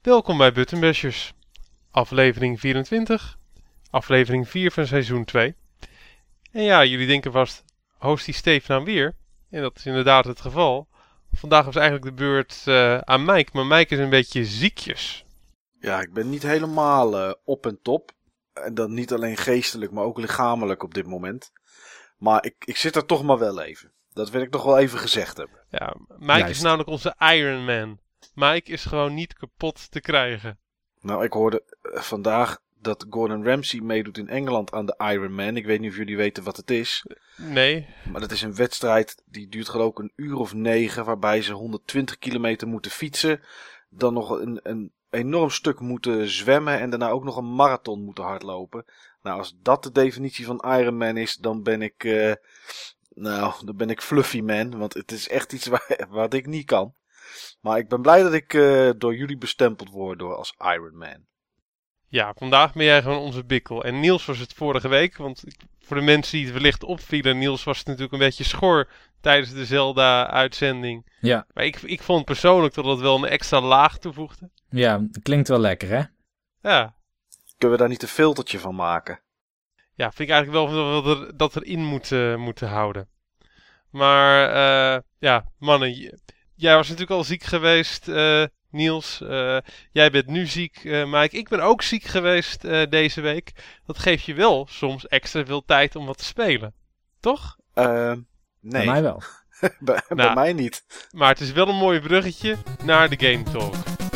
Welkom bij Button Bashers, aflevering 24, aflevering 4 van seizoen 2. En ja, jullie denken vast, host die Steve nou weer? En dat is inderdaad het geval. Vandaag was eigenlijk de beurt aan Mike, maar Mike is een beetje ziekjes. Ja, ik ben niet helemaal op en top. En dan niet alleen geestelijk, maar ook lichamelijk op dit moment. Maar ik zit er toch maar wel even. Dat wil ik toch wel even gezegd hebben. Ja, Mike is namelijk onze Iron Man. Mike is gewoon niet kapot te krijgen. Nou, ik hoorde vandaag dat Gordon Ramsay meedoet in Engeland aan de Ironman. Ik weet niet of jullie weten wat het is. Nee. Maar dat is een wedstrijd die duurt geloof ik een uur of 9. Waarbij ze 120 kilometer moeten fietsen. Dan nog een enorm stuk moeten zwemmen. En daarna ook nog een marathon moeten hardlopen. Nou, als dat de definitie van Ironman is, dan ben ik... dan ben ik Fluffy Man. Want het is echt iets wat ik niet kan. Maar ik ben blij dat ik door jullie bestempeld word door als Iron Man. Ja, vandaag ben jij gewoon onze bikkel. En Niels was het vorige week, want voor de mensen die het wellicht opvielen, Niels was natuurlijk een beetje schor tijdens de Zelda-uitzending. Ja. Maar ik vond persoonlijk dat het wel een extra laag toevoegde. Ja, dat klinkt wel lekker, hè? Ja. Kunnen we daar niet een filtertje van maken? Ja, vind ik eigenlijk wel dat er in moeten houden. Maar ja, mannen, jij was natuurlijk al ziek geweest, Niels. Jij bent nu ziek, Mike. Ik ben ook ziek geweest deze week. Dat geeft je wel soms extra veel tijd om wat te spelen. Toch? Nee. Bij mij wel. bij mij niet. Maar het is wel een mooi bruggetje naar de Game Talk.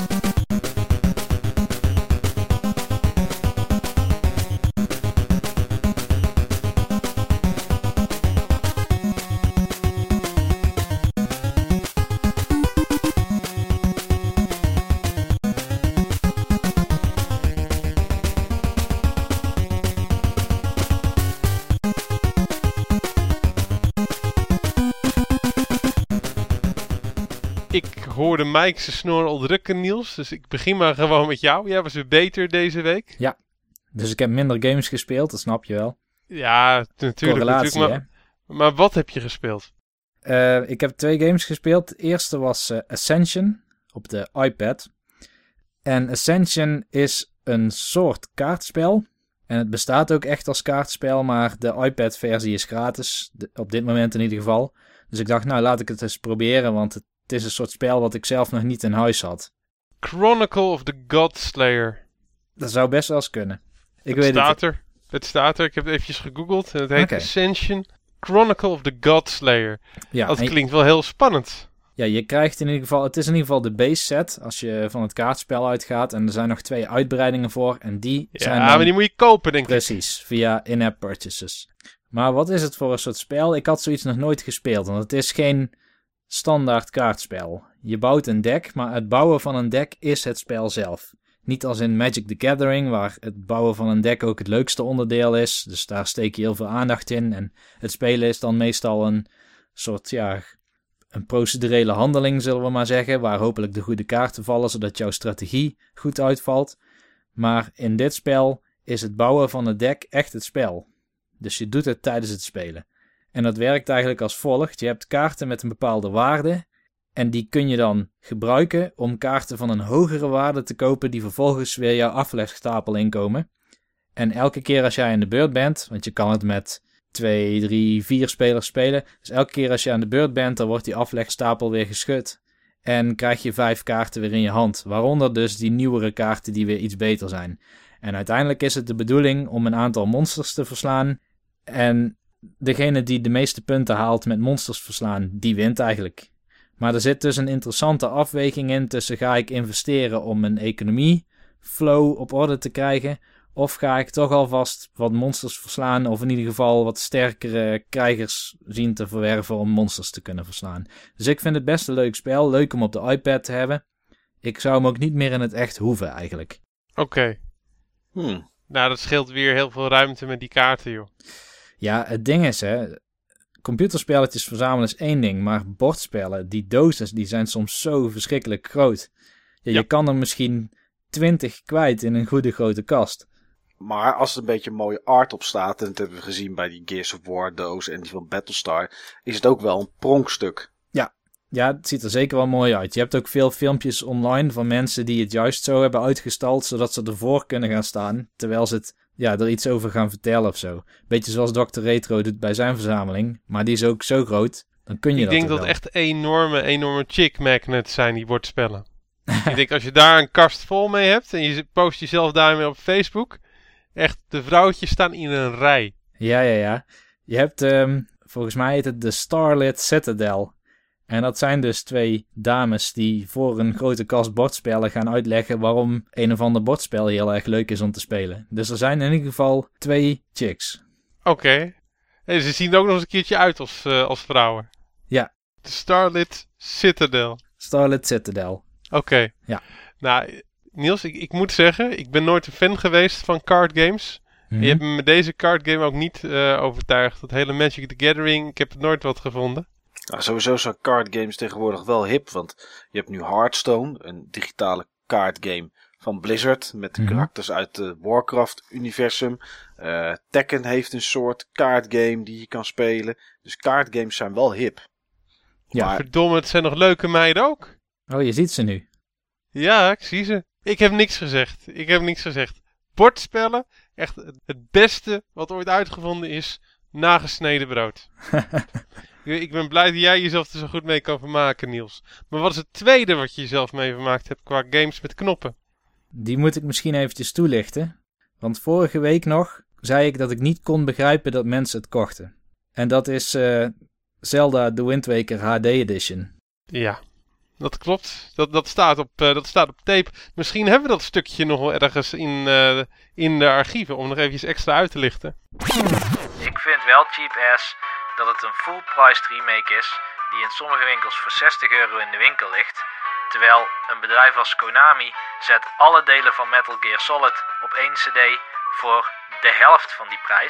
Ik hoorde Mike zijn snor al drukken, Niels. Dus ik begin maar gewoon met jou. Jij was weer beter deze week. Ja, dus ik heb minder games gespeeld, dat snap je wel. Ja, natuurlijk. Correlatie, maar wat heb je gespeeld? Ik heb 2 games gespeeld. De eerste was Ascension op de iPad. En Ascension is een soort kaartspel. En het bestaat ook echt als kaartspel, maar de iPad-versie is gratis. Op dit moment in ieder geval. Dus ik dacht, nou laat ik het eens proberen, want het is een soort spel wat ik zelf nog niet in huis had. Chronicle of the Godslayer. Dat zou best wel eens kunnen. Het staat er. Ik heb het eventjes gegoogeld. En het heet Ascension Chronicle of the Godslayer. Ja, dat klinkt wel heel spannend. Ja, je krijgt in ieder geval... Het is in ieder geval de base set als je van het kaartspel uitgaat. En er zijn nog 2 uitbreidingen voor. En die zijn maar die moet je kopen, denk ik. Precies, via in-app purchases. Maar wat is het voor een soort spel? Ik had zoiets nog nooit gespeeld. Want het is geen standaard kaartspel. Je bouwt een deck, maar het bouwen van een deck is het spel zelf. Niet als in Magic the Gathering, waar het bouwen van een deck ook het leukste onderdeel is. Dus daar steek je heel veel aandacht in. En het spelen is dan meestal een soort, een procedurele handeling, zullen we maar zeggen. Waar hopelijk de goede kaarten vallen, zodat jouw strategie goed uitvalt. Maar in dit spel is het bouwen van het deck echt het spel. Dus je doet het tijdens het spelen. En dat werkt eigenlijk als volgt. Je hebt kaarten met een bepaalde waarde. En die kun je dan gebruiken om kaarten van een hogere waarde te kopen die vervolgens weer jouw aflegstapel inkomen. En elke keer als jij aan de beurt bent, want je kan het met 2, 3, 4 spelers spelen. Dus elke keer als je aan de beurt bent, dan wordt die aflegstapel weer geschud. En krijg je 5 kaarten weer in je hand. Waaronder dus die nieuwere kaarten die weer iets beter zijn. En uiteindelijk is het de bedoeling om een aantal monsters te verslaan. En degene die de meeste punten haalt met monsters verslaan, die wint eigenlijk. Maar er zit dus een interessante afweging in tussen ga ik investeren om een economieflow op orde te krijgen, of ga ik toch alvast wat monsters verslaan, of in ieder geval wat sterkere krijgers zien te verwerven om monsters te kunnen verslaan. Dus ik vind het best een leuk spel, leuk om op de iPad te hebben. Ik zou hem ook niet meer in het echt hoeven eigenlijk. Oké. Nou, dat scheelt weer heel veel ruimte met die kaarten, joh. Ja, het ding is, computerspelletjes verzamelen is één ding, maar bordspellen, die dozen, die zijn soms zo verschrikkelijk groot. Ja, je kan er misschien 20 kwijt in een goede grote kast. Maar als er een beetje mooie art op staat, en dat hebben we gezien bij die Gears of War doos en die van Battlestar, is het ook wel een pronkstuk. Ja, het ziet er zeker wel mooi uit. Je hebt ook veel filmpjes online van mensen die het juist zo hebben uitgestald, zodat ze ervoor kunnen gaan staan, terwijl ze er iets over gaan vertellen of zo. Beetje zoals Dr. Retro doet bij zijn verzameling, maar die is ook zo groot, dan kun je Ik dat denk dat wel. het echt enorme chick magnets zijn, die bordspellen. Ik denk als je daar een kast vol mee hebt en je post jezelf daarmee op Facebook, echt, de vrouwtjes staan in een rij. Ja. Je hebt, volgens mij heet het de Starlit Citadel. En dat zijn dus 2 dames die voor een grote kast bordspellen gaan uitleggen waarom een of ander bordspel heel erg leuk is om te spelen. Dus er zijn in ieder geval 2 chicks. Oké. En ze zien er ook nog eens een keertje uit als vrouwen. Ja. De Starlit Citadel. Starlit Citadel. Oké. Ja. Nou, Niels, ik moet zeggen, ik ben nooit een fan geweest van card games. Mhm. Je hebt me met deze card game ook niet overtuigd. Dat hele Magic the Gathering, ik heb het nooit wat gevonden. Nou, sowieso zijn card games tegenwoordig wel hip, want je hebt nu Hearthstone, een digitale kaartgame van Blizzard met Mhm. karakters uit het Warcraft-universum. Tekken heeft een soort kaartgame die je kan spelen. Dus kaartgames zijn wel hip. Ja. Maar Verdomme, het zijn nog leuke meiden ook. Oh, je ziet ze nu. Ja, ik zie ze. Ik heb niks gezegd. Bordspellen, echt het beste wat ooit uitgevonden is, nagesneden brood. Ik ben blij dat jij jezelf er zo goed mee kan vermaken, Niels. Maar wat is het tweede wat je jezelf mee vermaakt hebt qua games met knoppen? Die moet ik misschien eventjes toelichten. Want vorige week nog zei ik dat ik niet kon begrijpen dat mensen het kochten. En dat is Zelda The Wind Waker HD Edition. Ja, dat klopt. Dat staat op tape. Misschien hebben we dat stukje nog wel ergens in de archieven om nog eventjes extra uit te lichten. Ik vind wel cheap ass dat het een full-priced remake is die in sommige winkels voor €60 in de winkel ligt. Terwijl een bedrijf als Konami zet alle delen van Metal Gear Solid op 1 cd voor de helft van die prijs.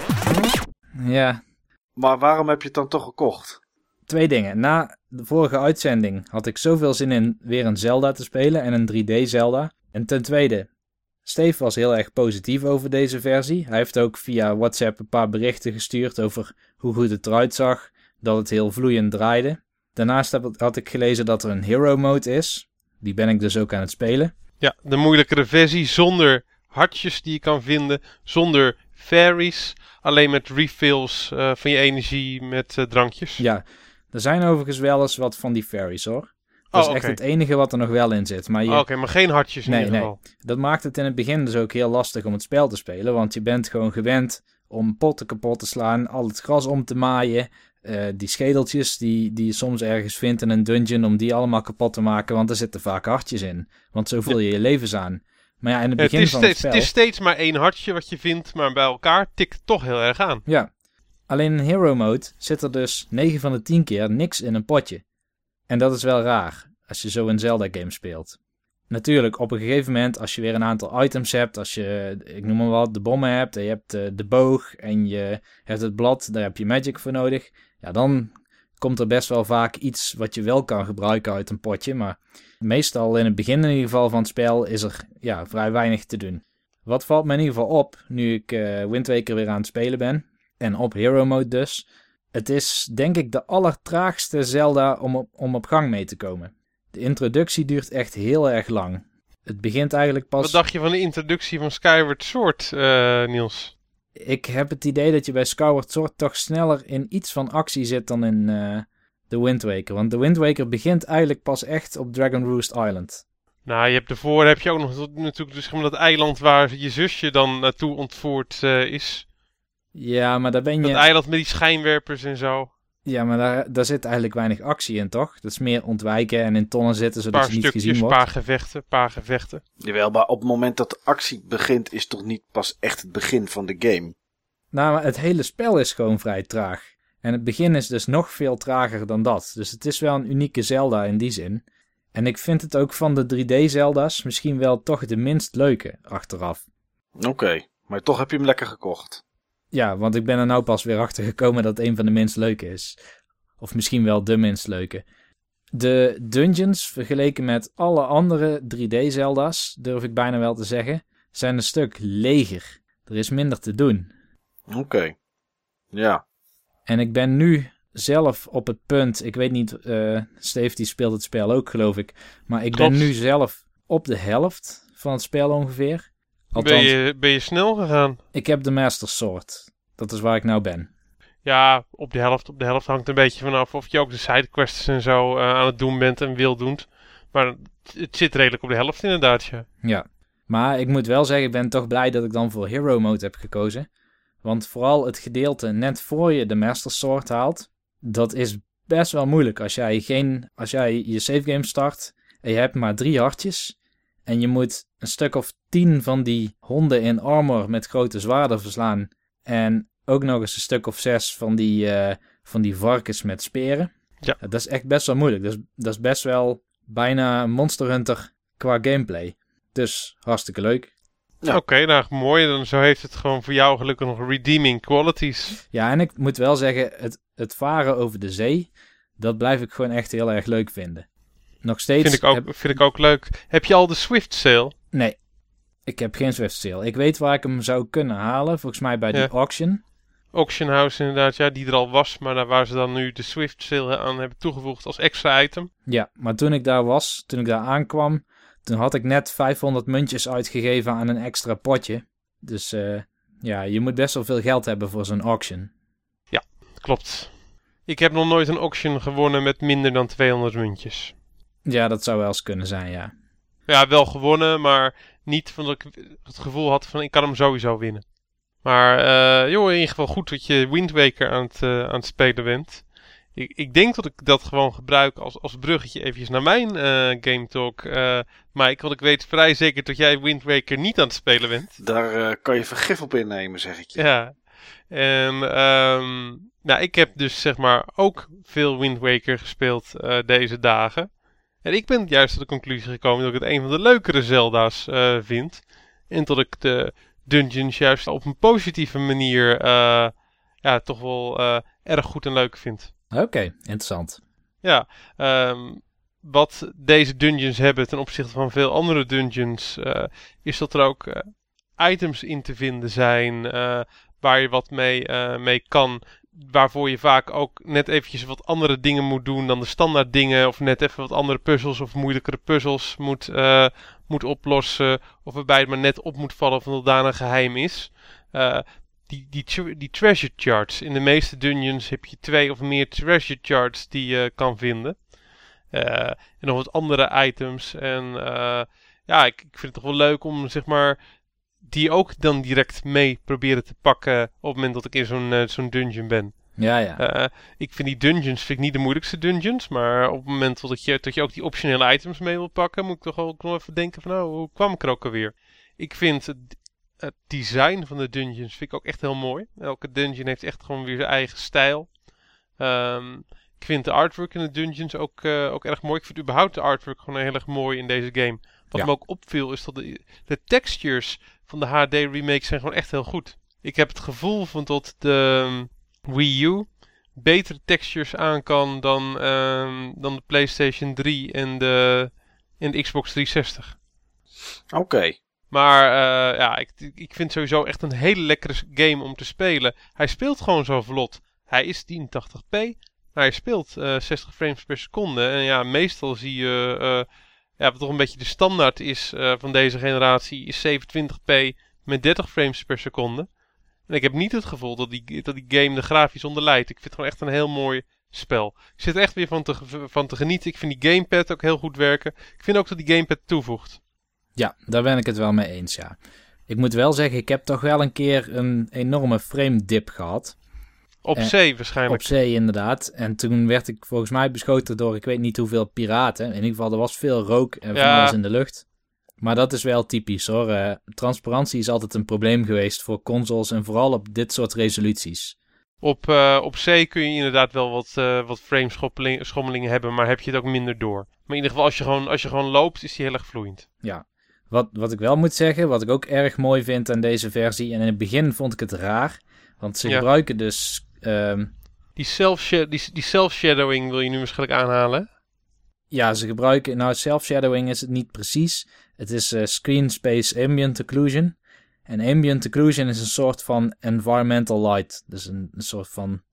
Ja, Maar waarom heb je het dan toch gekocht? 2 dingen. Na de vorige uitzending had ik zoveel zin in weer een Zelda te spelen en een 3D Zelda. En ten tweede, Steve was heel erg positief over deze versie. Hij heeft ook via WhatsApp een paar berichten gestuurd over hoe goed het eruit zag, dat het heel vloeiend draaide. Daarnaast had ik gelezen dat er een Hero Mode is. Die ben ik dus ook aan het spelen. Ja, de moeilijkere versie zonder hartjes die je kan vinden, zonder fairies, alleen met refills van je energie met drankjes. Ja, er zijn overigens wel eens wat van die fairies hoor. Dat is echt het enige wat er nog wel in zit. Maar Oké, maar geen hartjes in ieder geval. Dat maakt het in het begin dus ook heel lastig om het spel te spelen. Want je bent gewoon gewend om potten kapot te slaan, al het gras om te maaien. Die schedeltjes die je soms ergens vindt in een dungeon, om die allemaal kapot te maken. Want er zitten vaak hartjes in. Want zo vul je je levens aan. Maar ja, in het begin van het spel... Het is steeds maar 1 hartje wat je vindt, maar bij elkaar tikt het toch heel erg aan. Ja, alleen in Hero Mode zit er dus 9 van de 10 keer niks in een potje. En dat is wel raar, als je zo een Zelda-game speelt. Natuurlijk, op een gegeven moment, als je weer een aantal items hebt, als je, ik noem maar wat, de bommen hebt, en je hebt de boog en je hebt het blad, daar heb je magic voor nodig. Ja, dan komt er best wel vaak iets wat je wel kan gebruiken uit een potje, maar meestal in het begin in ieder geval van het spel is er vrij weinig te doen. Wat valt me in ieder geval op, nu ik Wind Waker weer aan het spelen ben, en op Hero Mode dus, het is denk ik de allertraagste Zelda om op gang mee te komen. De introductie duurt echt heel erg lang. Het begint eigenlijk pas... Wat dacht je van de introductie van Skyward Sword, Niels? Ik heb het idee dat je bij Skyward Sword toch sneller in iets van actie zit dan in The Wind Waker. Want The Wind Waker begint eigenlijk pas echt op Dragon Roost Island. Nou, daarvoor heb je ook nog natuurlijk dus dat eiland waar je zusje dan naartoe ontvoerd is. Ja, maar daar ben je... Dat eiland met die schijnwerpers en zo. Ja, maar daar zit eigenlijk weinig actie in, toch? Dat is meer ontwijken en in tonnen zitten zodat je niet gezien wordt. Paar gevechten. Jawel, maar op het moment dat de actie begint is toch niet pas echt het begin van de game? Nou, maar het hele spel is gewoon vrij traag. En het begin is dus nog veel trager dan dat. Dus het is wel een unieke Zelda in die zin. En ik vind het ook van de 3D-Zelda's misschien wel toch de minst leuke achteraf. Oké, maar toch heb je hem lekker gekocht. Ja, want ik ben er nou pas weer achter gekomen dat het een van de minst leuke is. Of misschien wel de minst leuke. De dungeons, vergeleken met alle andere 3D-Zelda's, durf ik bijna wel te zeggen, zijn een stuk leger. Er is minder te doen. Oké, ja. En ik ben nu zelf op het punt, ik weet niet, Steve die speelt het spel ook geloof ik, maar ik Klopt. ben nu zelf op de helft van het spel ongeveer. Ben je snel gegaan? Ik heb de Master Sword. Dat is waar ik nou ben. Ja, op de helft. Op de helft hangt een beetje vanaf of je ook de sidequests en zo aan het doen bent en wil doen. Maar het zit redelijk op de helft inderdaad, ja. Ja, maar ik moet wel zeggen, ik ben toch blij dat ik dan voor Hero Mode heb gekozen. Want vooral het gedeelte net voor je de Master Sword haalt, dat is best wel moeilijk. Als jij je savegame start en je hebt maar 3 hartjes en je moet een stuk of 10 van die honden in armor met grote zwaarden verslaan en ook nog eens een stuk of 6 van die varkens met speren. Ja. Dat is echt best wel moeilijk. Dat is best wel bijna Monster Hunter qua gameplay. Dus hartstikke leuk. Ja. Oké, nou mooi. Dan zo heeft het gewoon voor jou gelukkig nog redeeming qualities. Ja, en ik moet wel zeggen, het varen over de zee, dat blijf ik gewoon echt heel erg leuk vinden. Nog steeds... Vind ik ook leuk. Heb je al de Swift Sale? Nee, ik heb geen Swift Sale. Ik weet waar ik hem zou kunnen halen, volgens mij bij die auction. Auction House inderdaad, ja, die er al was, maar daar waar ze dan nu de Swift Sale aan hebben toegevoegd als extra item. Ja, maar toen ik daar aankwam, toen had ik net 500 muntjes uitgegeven aan een extra potje. Dus ja, je moet best wel veel geld hebben voor zo'n auction. Ja, klopt. Ik heb nog nooit een auction gewonnen met minder dan 200 muntjes. Ja, dat zou wel eens kunnen zijn, ja. Ja, wel gewonnen, maar niet van dat ik het gevoel had van ik kan hem sowieso winnen. Maar joh, in ieder geval goed dat je Wind Waker aan het spelen bent. Ik denk dat ik dat gewoon gebruik als bruggetje eventjes naar mijn Game Talk. Mike, want ik weet vrij zeker dat jij Wind Waker niet aan het spelen bent. Daar kan je vergif op innemen, zeg ik je. Ja, en nou, ik heb dus zeg maar ook veel Wind Waker gespeeld deze dagen. En ik ben juist tot de conclusie gekomen dat ik het een van de leukere Zelda's vind. En dat ik de dungeons juist op een positieve manier ja, toch wel erg goed en leuk vind. Oké, interessant. Ja, wat deze dungeons hebben ten opzichte van veel andere dungeons, is dat er ook items in te vinden zijn waar je wat mee kan. Waarvoor je vaak ook net eventjes wat andere dingen moet doen dan de standaard dingen. Of net even wat andere puzzels of moeilijkere puzzels moet oplossen. Of waarbij het maar net op moet vallen of het daar een geheim is. Die treasure charts. In de meeste dungeons heb je 2 of meer treasure charts die je kan vinden. En nog wat andere items. En ja, ik vind het toch wel leuk om zeg maar die ook dan direct mee proberen te pakken op het moment dat ik in zo'n dungeon ben. Ja, ja. Ik vind die dungeons niet de moeilijkste dungeons, maar op het moment dat je ook die optionele items mee wil pakken, moet ik toch ook nog even denken van nou, hoe kwam ik er ook alweer? Ik vind het design van de dungeons vind ik ook echt heel mooi. Elke dungeon heeft echt gewoon weer zijn eigen stijl. Ik vind de artwork in de dungeons ook erg mooi. Ik vind überhaupt de artwork gewoon heel erg mooi in deze game. Wat me ook opviel is dat de textures van de HD remakes zijn gewoon echt heel goed. Ik heb het gevoel van dat de Wii U betere textures aan kan dan de PlayStation 3 en de Xbox 360. Oké. Maar ja, ik vind sowieso echt een hele lekkere game om te spelen. Hij speelt gewoon zo vlot. Hij is 1080p, maar hij speelt 60 frames per seconde. En ja, meestal zie je ja, wat toch een beetje de standaard is van deze generatie, is 720p met 30 frames per seconde. En ik heb niet het gevoel dat die game er grafisch onder lijdt. Ik vind het gewoon echt een heel mooi spel. Ik zit er echt weer van te genieten. Ik vind die gamepad ook heel goed werken. Ik vind ook dat die gamepad toevoegt. Ja, daar ben ik het wel mee eens, ja. Ik moet wel zeggen, ik heb toch wel een keer een enorme frame dip gehad. Op zee waarschijnlijk. Op zee, inderdaad. En toen werd ik volgens mij beschoten door ik weet niet hoeveel piraten. In ieder geval, er was veel rook en van alles in de lucht. Maar dat is wel typisch, hoor. Transparantie is altijd een probleem geweest voor consoles en vooral op dit soort resoluties. Op zee kun je inderdaad wel wat frameschommelingen hebben, maar heb je het ook minder door. Maar in ieder geval, als je gewoon loopt, is die heel erg vloeiend. Ja. Wat ik wel moet zeggen, wat ik ook erg mooi vind aan deze versie, en in het begin vond ik het raar, want ze gebruiken dus... Die self-shadowing wil je nu waarschijnlijk aanhalen? Ja, ze gebruiken... Nou, self-shadowing is het niet precies. Het is screen space ambient occlusion. En ambient occlusion is een soort van environmental light. Dus een soort van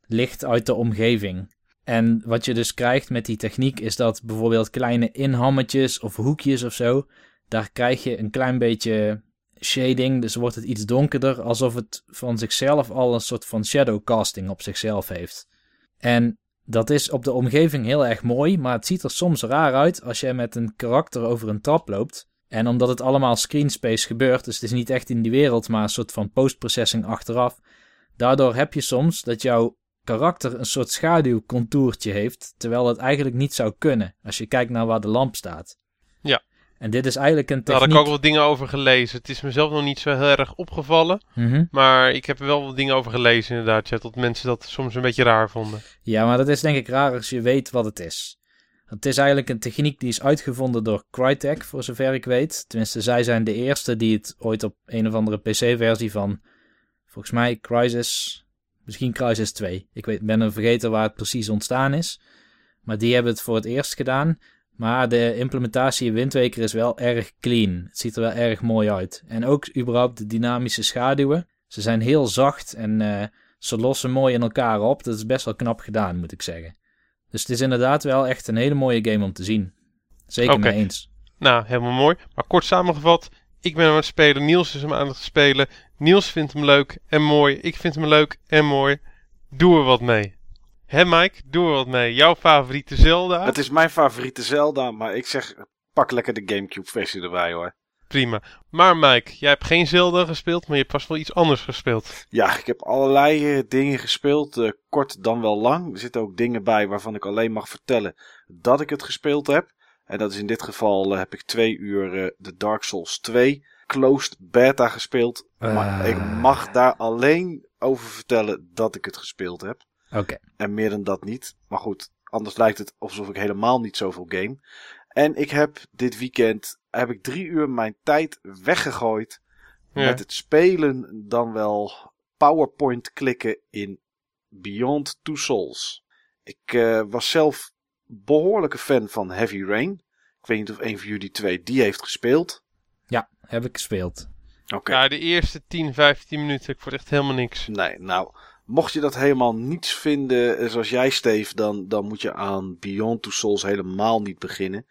licht uit de omgeving. En wat je dus krijgt met die techniek is dat bijvoorbeeld kleine inhammetjes of hoekjes of zo, daar krijg je een klein beetje shading, dus wordt het iets donkerder, alsof het van zichzelf al een soort van shadowcasting op zichzelf heeft. En dat is op de omgeving heel erg mooi, maar het ziet er soms raar uit als je met een karakter over een trap loopt. En omdat het allemaal screenspace gebeurt, dus het is niet echt in die wereld, maar een soort van postprocessing achteraf. Daardoor heb je soms dat jouw karakter een soort schaduwcontourtje heeft, terwijl dat eigenlijk niet zou kunnen, als je kijkt naar waar de lamp staat. Ja. En dit is eigenlijk een techniek... Daar heb ik ook wel dingen over gelezen. Het is mezelf nog niet zo heel erg opgevallen. Maar ik heb er wel wat dingen over gelezen inderdaad. Ja, dat mensen dat soms een beetje raar vonden. Ja, maar dat is denk ik raar als je weet wat het is. Het is eigenlijk een techniek die is uitgevonden door Crytek, voor zover ik weet. Tenminste, zij zijn de eerste die het ooit op een of andere PC-versie van, volgens mij, Crysis, misschien Crysis 2. Ik ben er vergeten waar het precies ontstaan is. Maar die hebben het voor het eerst gedaan. Maar de implementatie in Wind Waker is wel erg clean. Het ziet er wel erg mooi uit. En ook überhaupt de dynamische schaduwen. Ze zijn heel zacht en ze lossen mooi in elkaar op. Dat is best wel knap gedaan, moet ik zeggen. Dus het is inderdaad wel echt een hele mooie game om te zien. Zeker mee eens. Nou, helemaal mooi. Maar kort samengevat, ik ben hem aan het spelen. Niels is hem aan het spelen. Niels vindt hem leuk en mooi. Ik vind hem leuk en mooi. Doe er wat mee. Hé Mike, doe er wat mee. Jouw favoriete Zelda? Het is mijn favoriete Zelda, maar ik zeg, pak lekker de Gamecube versie erbij hoor. Prima. Maar Mike, jij hebt geen Zelda gespeeld, maar je hebt vast wel iets anders gespeeld. Ja, ik heb allerlei dingen gespeeld. Kort dan wel lang. Er zitten ook dingen bij waarvan ik alleen mag vertellen dat ik het gespeeld heb. En dat is in dit geval heb ik 2 uur de Dark Souls 2 closed beta gespeeld. Maar ik mag daar alleen over vertellen dat ik het gespeeld heb. Oké. En meer dan dat niet. Maar goed, anders lijkt het alsof ik helemaal niet zoveel game. En ik heb dit weekend 3 uur mijn tijd weggegooid met het spelen dan wel PowerPoint klikken in Beyond Two Souls. Ik was zelf behoorlijke fan van Heavy Rain. Ik weet niet of een van jullie 2 die heeft gespeeld. Ja, heb ik gespeeld. Oké. Ja, de eerste 10, 15 minuten. Ik vond echt helemaal niks. Nee, nou, mocht je dat helemaal niets vinden zoals jij, Steve, dan moet je aan Beyond Two Souls helemaal niet beginnen.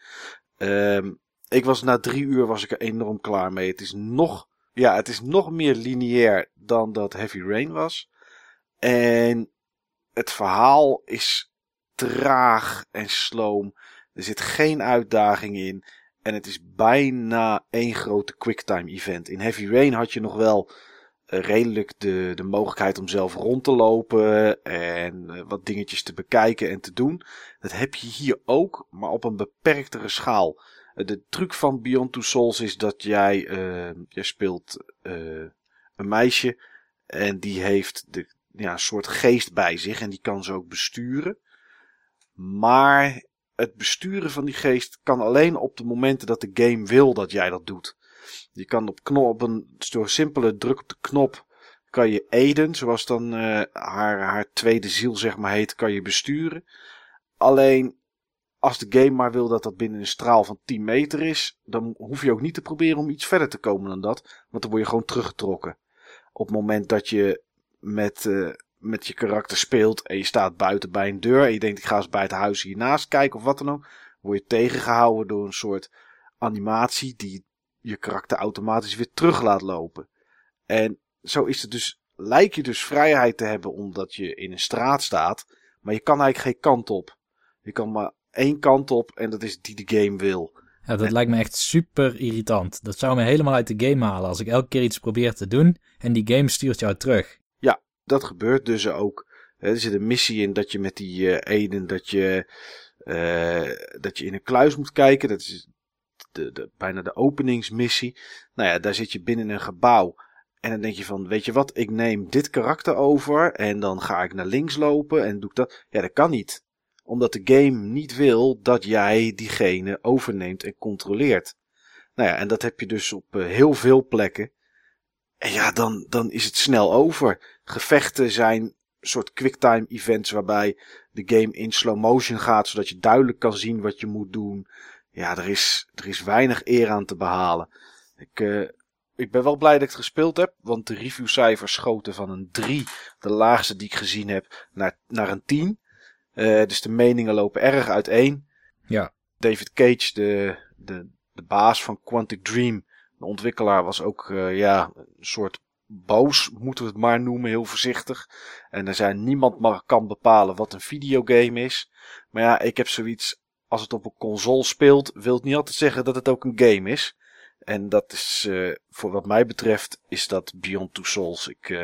Ik was na 3 uur was ik er enorm klaar mee. Het is nog meer lineair dan dat Heavy Rain was. En het verhaal is traag en sloom. Er zit geen uitdaging in. En het is bijna één grote quicktime event. In Heavy Rain had je nog wel redelijk de mogelijkheid om zelf rond te lopen. En wat dingetjes te bekijken en te doen. Dat heb je hier ook, maar op een beperktere schaal. De truc van Beyond Two Souls is dat jij speelt een meisje. En die heeft een soort geest bij zich. En die kan ze ook besturen. Maar het besturen van die geest kan alleen op de momenten dat de game wil dat jij dat doet. Je kan door simpele druk op de knop kan je Aiden, zoals dan haar tweede ziel zeg maar heet, kan je besturen. Alleen als de game maar wil dat dat binnen een straal van 10 meter is, dan hoef je ook niet te proberen om iets verder te komen dan dat. Want dan word je gewoon teruggetrokken. Op het moment dat je met je karakter speelt en je staat buiten bij een deur en je denkt ik ga eens bij het huis hiernaast kijken of wat dan ook, word je tegengehouden door een soort animatie die je karakter automatisch weer terug laat lopen. En zo is het dus, lijkt je dus vrijheid te hebben omdat je in een straat staat, maar je kan eigenlijk geen kant op. Je kan maar 1 kant op en dat is die de game wil. Ja, dat lijkt me echt super irritant. Dat zou me helemaal uit de game halen als ik elke keer iets probeer te doen en die game stuurt jou terug. Ja, dat gebeurt dus ook. Er zit een missie in dat je met die Aiden, dat je in een kluis moet kijken. Dat is bijna de openingsmissie. Nou ja, daar zit je binnen een gebouw. En dan denk je van, weet je wat, ik neem dit karakter over en dan ga ik naar links lopen en doe ik dat. Ja, dat kan niet. Omdat de game niet wil dat jij diegene overneemt en controleert. Nou ja, en dat heb je dus op heel veel plekken. En ja, dan is het snel over. Gevechten zijn een soort quicktime events waarbij de game in slow motion gaat, zodat je duidelijk kan zien wat je moet doen. Ja, er is weinig eer aan te behalen. ik ben wel blij dat ik het gespeeld heb. Want de reviewcijfers schoten van een 3, de laagste die ik gezien heb, naar een 10. Dus de meningen lopen erg uiteen. Ja. David Cage, de baas van Quantic Dream, de ontwikkelaar, was ook een soort boos, moeten we het maar noemen, heel voorzichtig. En er zijn niemand kan bepalen wat een videogame is. Maar ja, ik heb zoiets, als het op een console speelt, wil het niet altijd zeggen dat het ook een game is. En dat is, voor wat mij betreft, is dat Beyond Two Souls.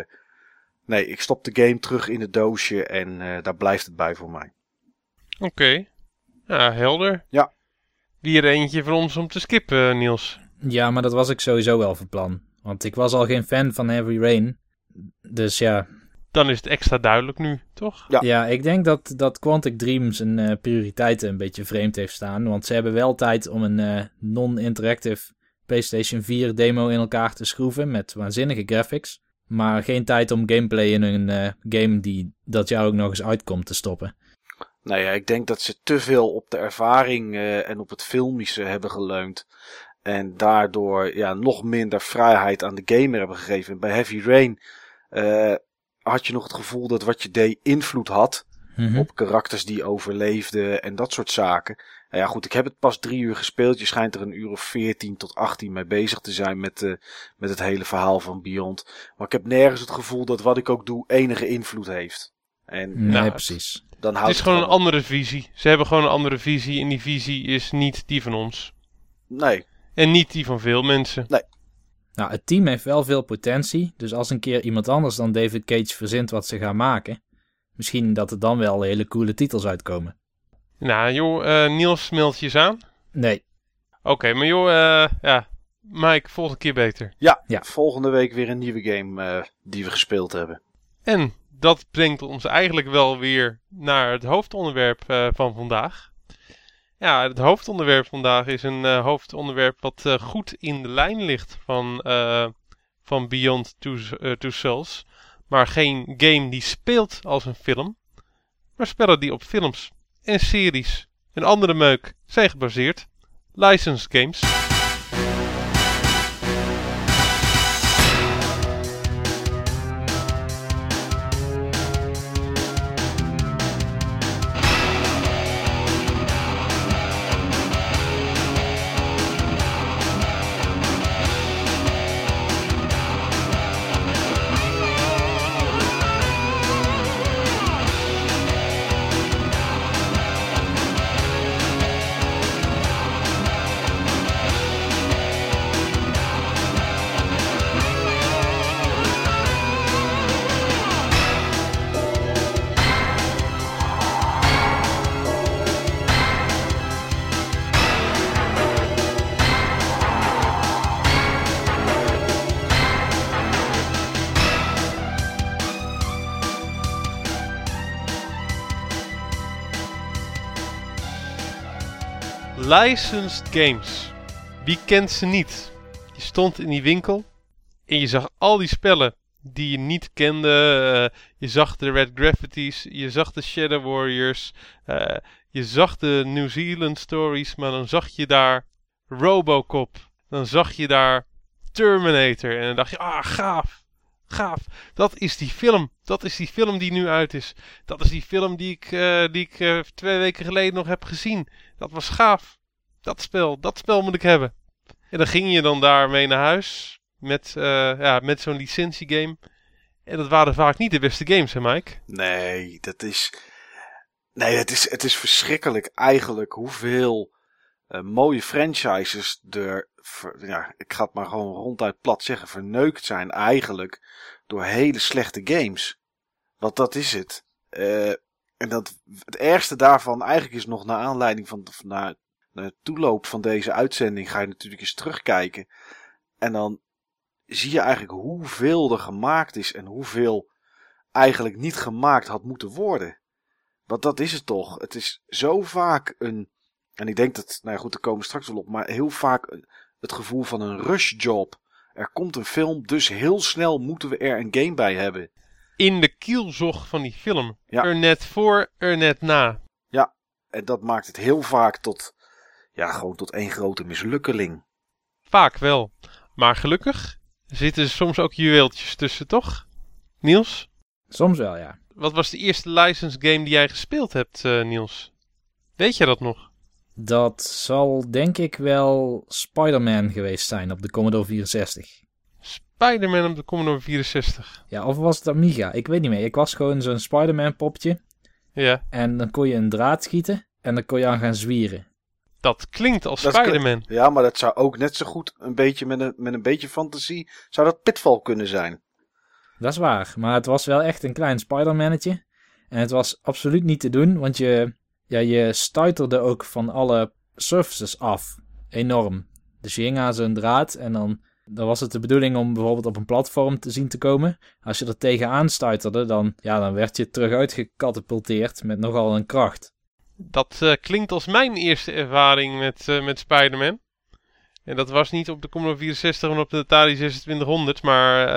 Ik stop de game terug in het doosje en daar blijft het bij voor mij. Oké. Ja, helder. Ja. Weer eentje voor ons om te skippen, Niels. Ja, maar dat was ik sowieso wel van plan. Want ik was al geen fan van Heavy Rain. Dus ja. Dan is het extra duidelijk nu, toch? Ja, Ik denk dat Quantic Dream zijn prioriteiten een beetje vreemd heeft staan. Want ze hebben wel tijd om een non-interactive PlayStation 4 demo in elkaar te schroeven met waanzinnige graphics. Maar geen tijd om gameplay in een game die dat jaar ook nog eens uitkomt te stoppen. Nou ja, ik denk dat ze te veel op de ervaring en op het filmische hebben geleund. En daardoor nog minder vrijheid aan de gamer hebben gegeven. Bij Heavy Rain had je nog het gevoel dat wat je deed invloed had. Mm-hmm. Op karakters die overleefden en dat soort zaken. Nou ja goed, ik heb het pas 3 uur gespeeld. Je schijnt er een uur of 14 tot 18 mee bezig te zijn met het hele verhaal van Beyond. Maar ik heb nergens het gevoel dat wat ik ook doe enige invloed heeft. En Nee, precies. dan Het houdt is gewoon een andere visie. Ze hebben gewoon een andere visie en die visie is niet die van ons. Nee. En niet die van veel mensen. Nou, het team heeft wel veel potentie. Dus als een keer iemand anders dan David Cage verzint wat ze gaan maken, misschien dat er dan wel hele coole titels uitkomen. Nou joh, Niels meldt je eens aan. Nee. Oké, maar joh, Mike, volgende keer beter. Ja, Ja. Volgende week weer een nieuwe game die we gespeeld hebben. En dat brengt ons eigenlijk wel weer naar het hoofdonderwerp van vandaag. Ja, het hoofdonderwerp vandaag is een hoofdonderwerp wat goed in de lijn ligt van Beyond Two Souls. Maar geen game die speelt als een film, maar spellen die op films en series en andere meuk zijn gebaseerd. Licensed games. Licensed games. Wie kent ze niet? Je stond in die winkel en je zag al die spellen die je niet kende. Je zag de Red Graffitis, je zag de Shadow Warriors, je zag de New Zealand Stories, maar dan zag je daar Robocop. Dan zag je daar Terminator en dan dacht je, gaaf. Gaaf. Dat is die film. Dat is die film die nu uit is. Dat is die film die ik 2 weken geleden nog heb gezien. Dat was gaaf. Dat spel moet ik hebben. En dan ging je dan daarmee naar huis met zo'n licentiegame. En dat waren vaak niet de beste games, hè Mike? Nee, het is verschrikkelijk eigenlijk hoeveel mooie franchises er, ik ga het maar gewoon ronduit plat zeggen, verneukt zijn eigenlijk door hele slechte games. Want dat is het. En het ergste daarvan eigenlijk is nog naar aanleiding van naar de toeloop van deze uitzending ga je natuurlijk eens terugkijken. En dan zie je eigenlijk hoeveel er gemaakt is en hoeveel eigenlijk niet gemaakt had moeten worden. Want dat is het toch. Het is zo vaak en ik denk dat, daar komen we straks wel op, maar heel vaak het gevoel van een rushjob. Er komt een film, dus heel snel moeten we er een game bij hebben. In de kielzog van die film. Ja. Er net voor, er net na. Ja, en dat maakt het heel vaak gewoon tot één grote mislukkeling. Vaak wel. Maar gelukkig Er zitten soms ook juweeltjes tussen, toch? Niels? Soms wel, ja. Wat was de eerste licensed game die jij gespeeld hebt, Niels? Weet je dat nog? Dat zal denk ik wel Spider-Man geweest zijn op de Commodore 64. Spider-Man op de Commodore 64. Ja, of was het Amiga? Ik weet niet meer. Ik was gewoon zo'n Spider-Man popje. Ja, En dan kon je een draad schieten en dan kon je aan gaan zwieren. dat klinkt als Dat is Spider-Man. Ja, maar dat zou ook net zo goed een beetje met een beetje fantasie, zou dat Pitfall kunnen zijn. Dat is waar, maar het was wel echt een klein Spider-Mannetje. En het was absoluut niet te doen, want je stuiterde ook van alle surfaces af. Enorm. Dus je hing aan zo'n draad en dan was het de bedoeling om bijvoorbeeld op een platform te zien te komen. Als je er tegenaan stuiterde, dan werd je terug uitgecatapulteerd met nogal een kracht. Dat klinkt als mijn eerste ervaring met Spider-Man. En dat was niet op de Commodore 64, maar op de Atari 2600. Maar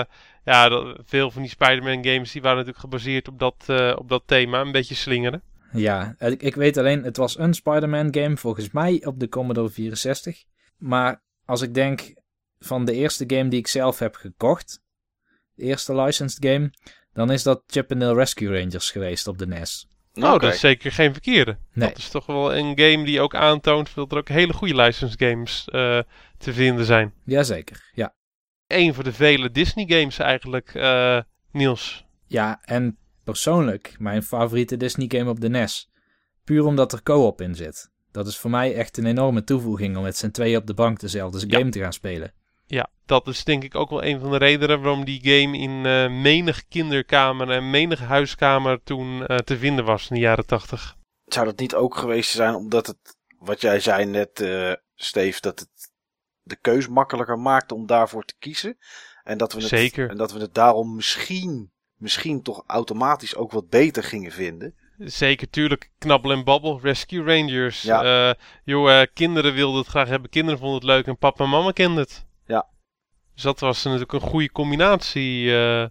veel van die Spider-Man games die waren natuurlijk gebaseerd op dat thema. Een beetje slingeren. Ja, ik weet alleen, het was een Spider-Man game volgens mij op de Commodore 64. Maar als ik denk van de eerste game die ik zelf heb gekocht, de eerste licensed game, dan is dat Chip 'n Dale Rescue Rangers geweest op de NES. Nou, dat is zeker geen verkeerde. Nee. Dat is toch wel een game die ook aantoont dat er ook hele goede licensed games te vinden zijn. Jazeker, ja. Een van de vele Disney games eigenlijk, Niels. Ja, en persoonlijk mijn favoriete Disney game op de NES. Puur omdat er co-op in zit. Dat is voor mij echt een enorme toevoeging om met z'n tweeën op de bank dezelfde game te gaan spelen. Ja, dat is denk ik ook wel een van de redenen waarom die game in menig kinderkamer en menig huiskamer toen te vinden was in de jaren 80. Zou dat niet ook geweest zijn omdat het, wat jij zei net, Steve, dat het de keus makkelijker maakte om daarvoor te kiezen? En dat we het, Zeker. En dat we het daarom misschien toch automatisch ook wat beter gingen vinden. Zeker, tuurlijk. Knabbel en babbel, Rescue Rangers. Ja. Kinderen wilden het graag hebben, kinderen vonden het leuk en papa en mama kenden het. Ja. Dus dat was natuurlijk een goede combinatie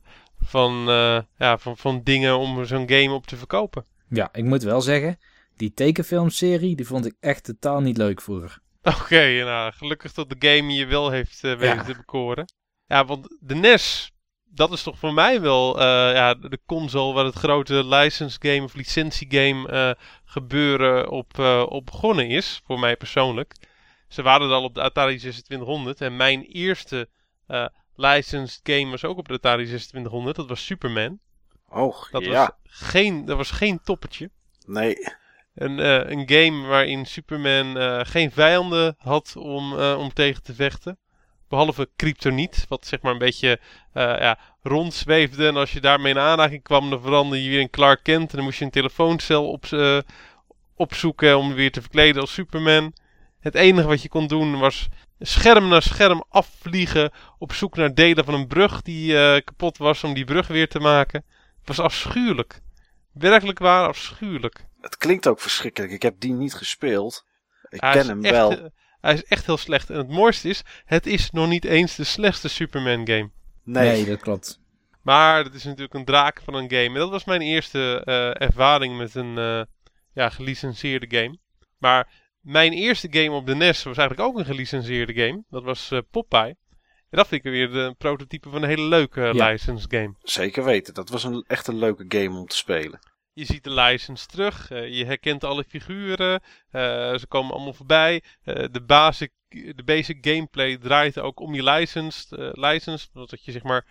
van dingen om zo'n game op te verkopen. Ja, ik moet wel zeggen, die tekenfilmserie die vond ik echt totaal niet leuk vroeger. Oké, nou, gelukkig dat de game je wel heeft weten te bekoren. Ja, want de NES, dat is toch voor mij wel de console waar het grote license game of licentiegame gebeuren op begonnen is, voor mij persoonlijk. Ze waren er al op de Atari 2600 en mijn eerste licensed game was ook op de Atari 2600, dat was Superman. Oh, Dat ja. was geen toppertje. Nee. Een game waarin Superman geen vijanden had om tegen te vechten. Behalve Kryptoniet, wat zeg maar een beetje rondzweefde. En als je daarmee in aanraking kwam, dan veranderde je weer in Clark Kent. En dan moest je een telefooncel opzoeken om weer te verkleden als Superman. Het enige wat je kon doen was scherm naar scherm afvliegen op zoek naar delen van een brug die kapot was om die brug weer te maken. Het was afschuwelijk. Werkelijk waar afschuwelijk. Het klinkt ook verschrikkelijk. Ik heb die niet gespeeld. Ik Hij ken is hem echt, wel. Hij is echt heel slecht. En het mooiste is, het is nog niet eens de slechtste Superman game. Nee. dat klopt. Maar het is natuurlijk een draak van een game. En dat was mijn eerste ervaring met een gelicenseerde game. Maar mijn eerste game op de NES was eigenlijk ook een gelicenseerde game. Dat was Popeye. En dat vind ik weer de prototype van een hele leuke licensed game. Zeker weten. Dat was echt een leuke game om te spelen. Je ziet de license terug, je herkent alle figuren, ze komen allemaal voorbij. De basic gameplay draait ook om je license, dat je zeg maar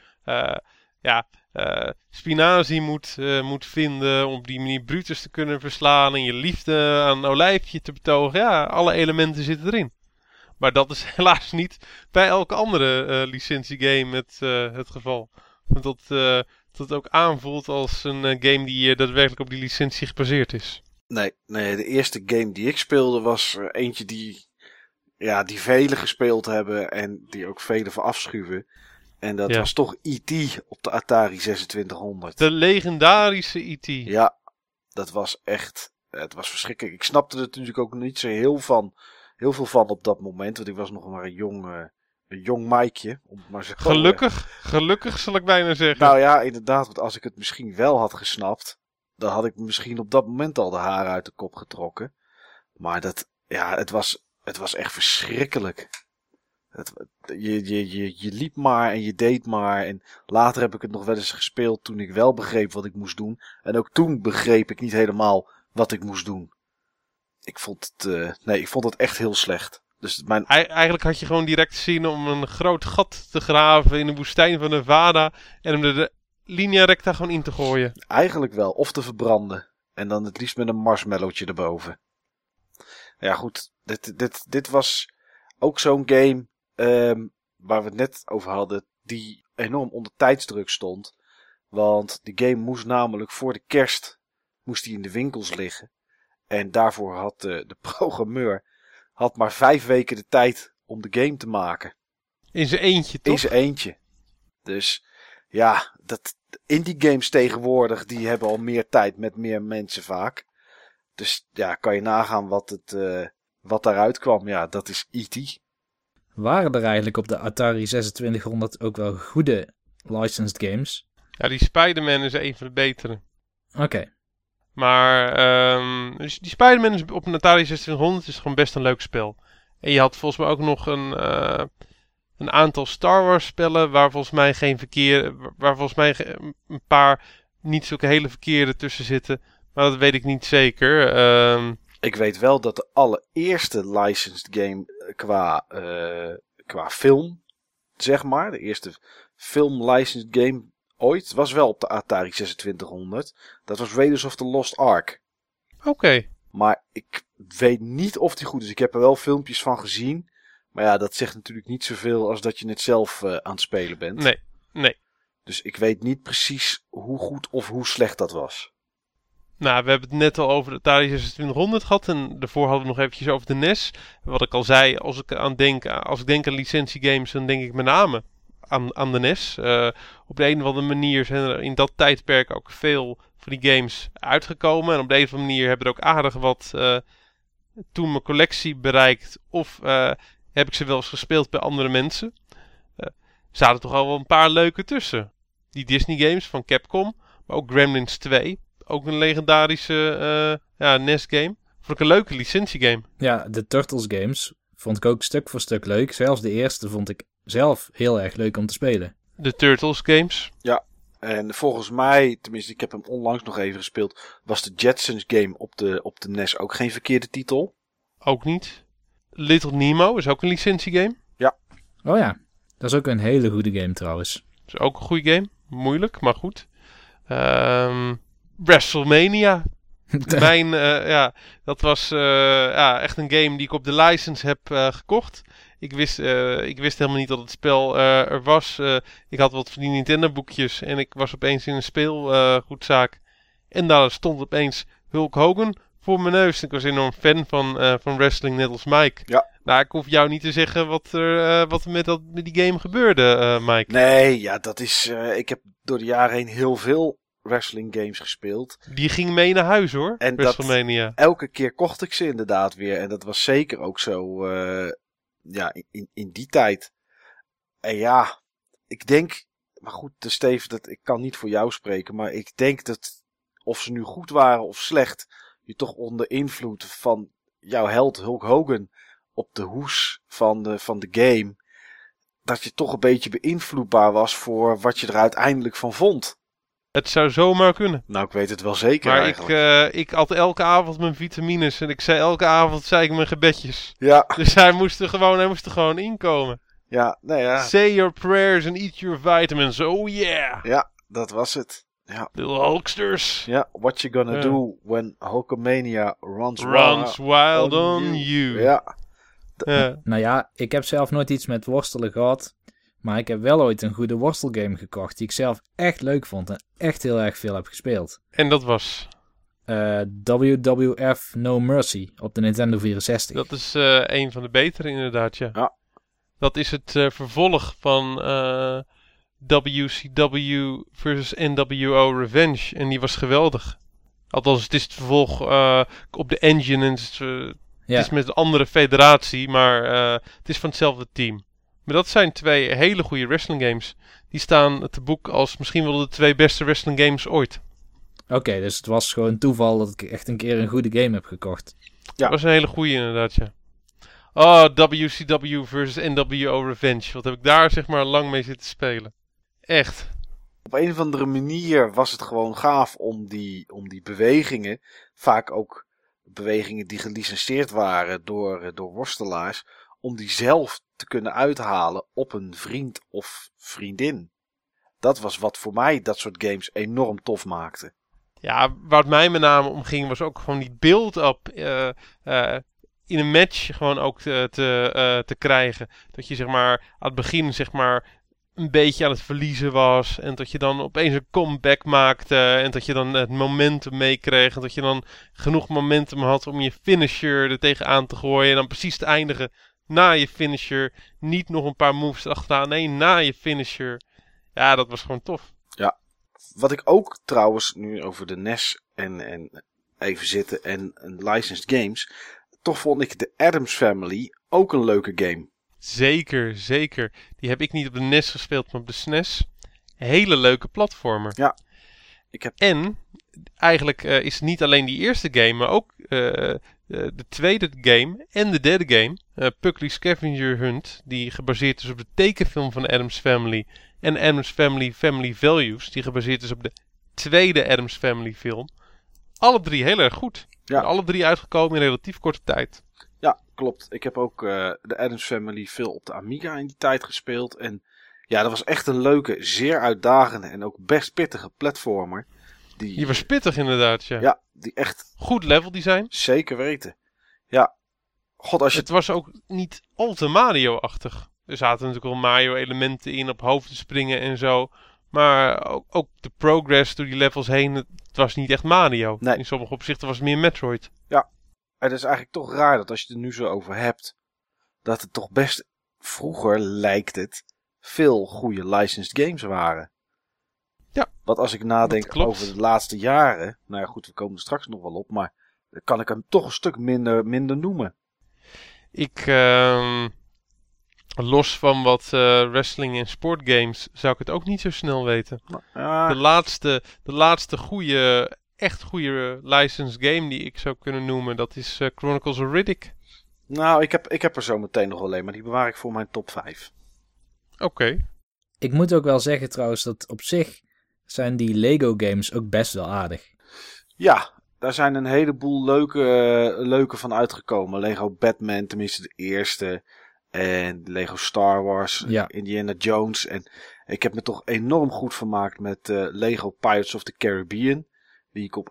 spinazie moet vinden om op die manier Brutus te kunnen verslaan en je liefde aan Olijfje te betogen. Ja, alle elementen zitten erin. Maar dat is helaas niet bij elke andere licentiegame het geval. Dat het ook aanvoelt als een game die daadwerkelijk op die licentie gebaseerd is. Nee, de eerste game die ik speelde was eentje die velen gespeeld hebben en die ook velen verafschuwen. En dat was toch E.T. op de Atari 2600. De legendarische E.T. Ja, dat was echt, het was verschrikkelijk. Ik snapte er natuurlijk ook niet zo heel veel van op dat moment, want ik was nog maar een jong maikje. Gelukkig zal ik bijna zeggen. Nou ja, inderdaad, want als ik het misschien wel had gesnapt, dan had ik misschien op dat moment al de haren uit de kop getrokken. Maar het was echt verschrikkelijk. Je liep maar en je deed maar. En later heb ik het nog wel eens gespeeld toen ik wel begreep wat ik moest doen. En ook toen begreep ik niet helemaal wat ik moest doen. Ik vond het echt heel slecht. Dus Eigenlijk had je gewoon direct zin om een groot gat te graven in de woestijn van Nevada. En hem de linea recta gewoon in te gooien. Eigenlijk wel. Of te verbranden. En dan het liefst met een marshmallowtje erboven. Ja goed, dit was ook zo'n game waar we het net over hadden. Die enorm onder tijdsdruk stond. Want die game moest namelijk voor de kerst moest die in de winkels liggen. En daarvoor had de programmeur maar 5 weken de tijd om de game te maken. In zijn eentje, toch? In zijn eentje. Dus ja, indie games tegenwoordig, die hebben al meer tijd met meer mensen vaak. Dus ja, kan je nagaan wat daaruit kwam. Ja, dat is E.T. Waren er eigenlijk op de Atari 2600 ook wel goede licensed games? Ja, die Spider-Man is een van de betere. Oké. Maar dus die Spider-Man is op een Atari 2600 is gewoon best een leuk spel. En je had volgens mij ook nog een aantal Star Wars spellen waar volgens mij een paar niet zulke hele verkeerde tussen zitten. Maar dat weet ik niet zeker. Ik weet wel dat de allereerste licensed game qua film, zeg maar, de eerste film licensed game ooit, was wel op de Atari 2600. Dat was Raiders of the Lost Ark. Oké. Maar ik weet niet of die goed is. Ik heb er wel filmpjes van gezien. Maar ja, dat zegt natuurlijk niet zoveel als dat je het zelf aan het spelen bent. Nee. Dus ik weet niet precies hoe goed of hoe slecht dat was. Nou, we hebben het net al over de Atari 2600 gehad. En daarvoor hadden we nog eventjes over de NES. Wat ik al zei, als ik denk aan licentiegames, dan denk ik met name aan de NES. Op de een of andere manier zijn er in dat tijdperk ook veel van die games uitgekomen. En op de een of andere manier hebben er ook aardig wat toen mijn collectie bereikt. Of heb ik ze wel eens gespeeld bij andere mensen. Zaten toch al wel een paar leuke tussen. Die Disney games van Capcom. Maar ook Gremlins 2. Ook een legendarische NES game. Vond ik een leuke licentiegame. Ja, de Turtles games vond ik ook stuk voor stuk leuk. Zelfs de eerste vond ik zelf heel erg leuk om te spelen. De Turtles games. Ja, en volgens mij, tenminste ik heb hem onlangs nog even gespeeld, was de Jetsons game op de NES ook geen verkeerde titel. Ook niet. Little Nemo is ook een licentiegame. Ja. Oh ja, dat is ook een hele goede game trouwens. Is ook een goede game. Moeilijk, maar goed. WrestleMania. Dat was echt een game die ik op de license heb gekocht. Ik wist helemaal niet dat het spel er was. Ik had wat van die Nintendo boekjes en ik was opeens in een speelgoedzaak. En daar stond opeens Hulk Hogan voor mijn neus. Ik was enorm fan van wrestling, net als Mike. Ja. Nou, ik hoef jou niet te zeggen wat er met die game gebeurde, Mike. Nee, ja, dat is... ik heb door de jaren heen heel veel wrestling games gespeeld. Die ging mee naar huis, hoor. En WrestleMania. Elke keer kocht ik ze inderdaad weer. En dat was zeker ook zo... in die tijd. En ja, ik denk... Maar goed, Steve, ik kan niet voor jou spreken. Maar ik denk dat of ze nu goed waren of slecht... je toch onder invloed van jouw held Hulk Hogan... op de hoes van de game... dat je toch een beetje beïnvloedbaar was... voor wat je er uiteindelijk van vond. Het zou zomaar kunnen. Nou, ik weet het wel zeker maar eigenlijk. Ik had elke avond mijn vitamines. En elke avond zei ik mijn gebedjes. Ja. Dus hij moest er gewoon inkomen. Ja, nou ja. Say your prayers and eat your vitamins. Oh yeah. Ja, dat was het. Ja. Little Hulksters. Ja, what you gonna do when Hulkamania runs wild on you. Ja. Nou ja, ik heb zelf nooit iets met worstelen gehad. Maar ik heb wel ooit een goede worstelgame gekocht die ik zelf echt leuk vond en echt heel erg veel heb gespeeld. En dat was? WWF No Mercy op de Nintendo 64. Dat is een van de betere inderdaad, ja. Ja. Dat is het vervolg van WCW versus NWO Revenge. En die was geweldig. Althans, het is het vervolg op de engine. En het is met een andere federatie, maar het is van hetzelfde team. Maar dat zijn 2 hele goede wrestling games. Die staan te boek als misschien wel de 2 beste wrestling games ooit. Oké, dus het was gewoon toeval dat ik echt een keer een goede game heb gekocht. Ja. Dat was een hele goede inderdaad, ja. Oh, WCW versus NWO Revenge. Wat heb ik daar zeg maar lang mee zitten spelen. Echt. Op een of andere manier was het gewoon gaaf om die bewegingen, vaak ook bewegingen die gelicenseerd waren door worstelaars, om die zelf te kunnen uithalen op een vriend of vriendin. Dat was wat voor mij dat soort games enorm tof maakte. Ja, waar het mij met name om ging was ook gewoon die build-up in een match gewoon ook te krijgen. Dat je zeg maar aan het begin zeg maar een beetje aan het verliezen was. En dat je dan opeens een comeback maakte. En dat je dan het momentum meekreeg. En dat je dan genoeg momentum had om je finisher er tegenaan te gooien. En dan precies te eindigen na je finisher. Niet nog een paar moves erachteraan. Nee, na je finisher. Ja, dat was gewoon tof. Ja, wat ik ook trouwens nu over de NES en even zitten en licensed games. Toch vond ik de Addams Family ook een leuke game. Zeker, zeker. Die heb ik niet op de NES gespeeld, maar op de SNES. Hele leuke platformer. Ja. En eigenlijk is het niet alleen die eerste game, maar ook de tweede game en de derde game. Puckley Scavenger Hunt, die gebaseerd is op de tekenfilm van de Addams Family. En Addams Family Family Values, die gebaseerd is op de tweede Addams Family film. Alle drie heel erg goed. Ja. En alle drie uitgekomen in relatief korte tijd. Ja, klopt. Ik heb ook de Addams Family veel op de Amiga in die tijd gespeeld. En ja, dat was echt een leuke, zeer uitdagende en ook best pittige platformer. Die was pittig inderdaad, ja. Ja, die echt... Goed level design. Zeker weten. Ja. God, als je... Het was ook niet al te Mario-achtig. Er zaten natuurlijk wel Mario-elementen in op hoofden springen en zo. Maar ook de progress door die levels heen, het was niet echt Mario. Nee. In sommige opzichten was het meer Metroid. Ja. Het is eigenlijk toch raar dat als je het er nu zo over hebt, dat het toch best vroeger, lijkt het, veel goede licensed games waren. Ja. Want als ik nadenk over de laatste jaren, nou ja goed, we komen er straks nog wel op, maar dan kan ik hem toch een stuk minder noemen. Los van wat wrestling en sportgames zou ik het ook niet zo snel weten. De laatste goede, echt goede licensed game die ik zou kunnen noemen, dat is Chronicles of Riddick. Nou, ik heb er zo meteen nog wel een, maar die bewaar ik voor mijn top 5. Oké. Ik moet ook wel zeggen trouwens dat op zich zijn die Lego games ook best wel aardig. Ja, daar zijn een heleboel leuke van uitgekomen. Lego Batman, tenminste de eerste. En Lego Star Wars, Ja. Indiana Jones. En ik heb me toch enorm goed vermaakt met Lego Pirates of the Caribbean. Die ik